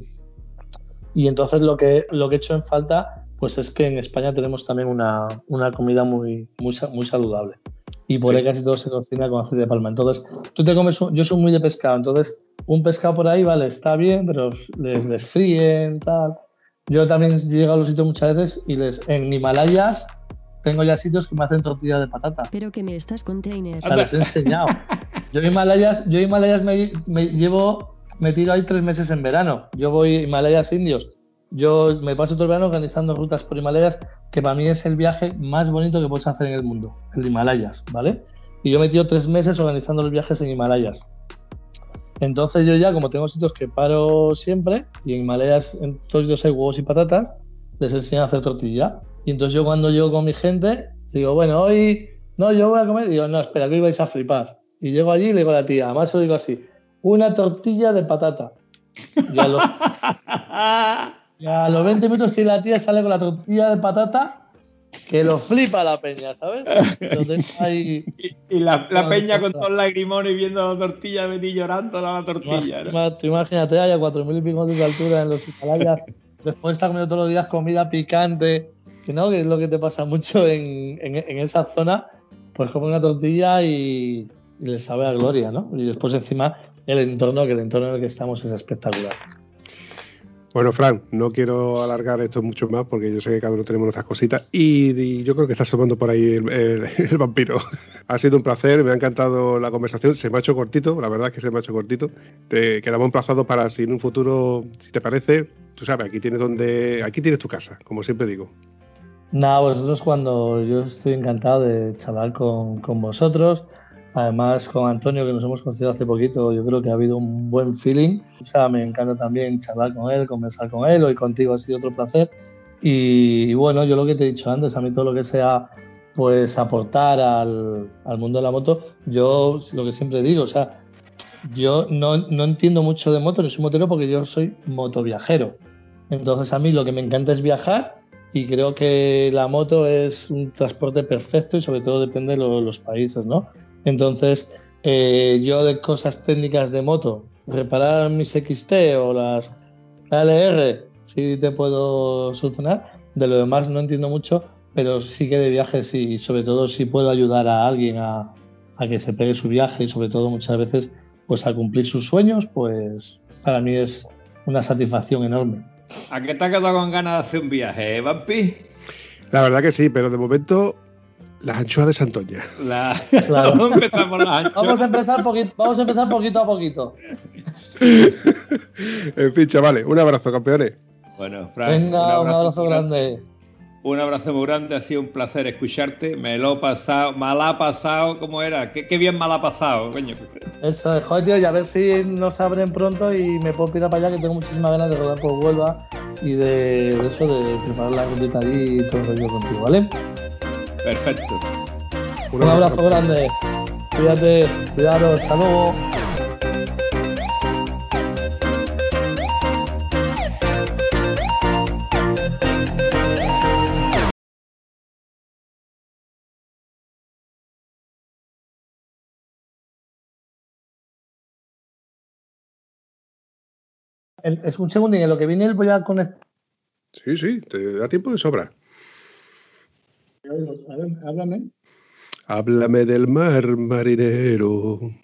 Y entonces lo que, lo que he hecho en falta pues es que en España tenemos también una, una comida muy, muy, muy saludable. Y por sí. Ahí casi todo se cocina con aceite de palma. Entonces, tú te comes, un, yo soy muy de pescado, entonces un pescado por ahí, vale, está bien, pero les, les fríen, tal. Yo también llego a los sitios muchas veces y les, en Himalayas tengo ya sitios que me hacen tortillas de patata. Pero que me estás container. O sea, les he enseñado. Yo en Himalayas, yo en Himalayas me, me llevo, me tiro ahí tres meses en verano. Yo voy a Himalayas indios. Yo me paso todo el verano organizando rutas por Himalayas, que para mí es el viaje más bonito que puedes hacer en el mundo, el de Himalayas, ¿vale? Y yo me he metido tres meses organizando los viajes en Himalayas. Entonces yo ya, como tengo sitios que paro siempre, y en Himalayas en todos sitios hay huevos y patatas, les enseño a hacer tortilla. Y entonces yo cuando llego con mi gente, digo, bueno, hoy, no, yo voy a comer, y digo, no, espera, que hoy vais a flipar. Y llego allí y le digo a la tía, además se lo digo así, una tortilla de patata. Y a los... Y a los veinte minutos si la tía sale con la tortilla de patata que lo flipa la peña, ¿sabes? Ahí... Y, y la, la peña con todos los lagrimones viendo la tortilla, venir llorando a la tortilla. ¿No? Tú imagínate, hay a cuatro mil y pico de altura en los Himalayas, después de estar comiendo todos los días comida picante, que no, que es lo que te pasa mucho en, en, en esa zona, pues comen una tortilla y, y les sabe a gloria, ¿no? Y después encima el entorno, que el entorno en el que estamos es espectacular. Bueno, Fran, no quiero alargar esto mucho más porque yo sé que cada uno tenemos nuestras cositas y, y yo creo que está asomando por ahí el, el, el vampiro. Ha sido un placer, me ha encantado la conversación, se me ha hecho cortito, la verdad es que se me ha hecho cortito. Te quedamos emplazados para si en un futuro, si te parece, tú sabes, aquí tienes donde, aquí tienes tu casa, como siempre digo. Nada, vosotros cuando yo estoy encantado de charlar con, con vosotros. Además, con Antonio, que nos hemos conocido hace poquito, yo creo que ha habido un buen feeling. O sea, me encanta también charlar con él, conversar con él. Hoy contigo ha sido otro placer. Y, y bueno, yo lo que te he dicho antes, a mí todo lo que sea pues aportar al, al mundo de la moto, yo lo que siempre digo, o sea, yo no, no entiendo mucho de moto, ni soy motero porque yo soy motoviajero. Entonces a mí lo que me encanta es viajar y creo que la moto es un transporte perfecto y sobre todo depende de lo, los países, ¿no? Entonces, eh, yo de cosas técnicas de moto, reparar mis X T o las L R, sí te puedo solucionar. De lo demás no entiendo mucho, pero sí que de viajes y sobre todo si puedo ayudar a alguien a, a que se pegue su viaje y sobre todo muchas veces pues a cumplir sus sueños, pues para mí es una satisfacción enorme. ¿A qué te has quedado con ganas de hacer un viaje, eh, Vampi? La verdad que sí, pero de momento las anchoas de Santoña. La... Claro. Vamos a empezar por las anchoas. Vamos a empezar poquito, vamos a empezar poquito a poquito. En fin, chavales, un abrazo, campeones. Bueno, Fran, Venga, un abrazo, un abrazo grande. Un abrazo muy grande, ha sido un placer escucharte. Me lo he pasado, mal ha pasado, ¿cómo era? Qué, qué bien mal ha pasado, coño. Eso es, joder, tío, y a ver si nos abren pronto y me puedo pirar para allá, que tengo muchísimas ganas de rodar por Huelva y de, de eso, de preparar la rutita allí y todo el rollo contigo, ¿vale? Perfecto. Un, un abrazo, abrazo grande. Cuídate, cuidaros, hasta luego. El, es un segundo, y en lo que viene el voy a conectar. Sí, sí, te da tiempo de sobra. A ver, háblame. Háblame del mar, marinero.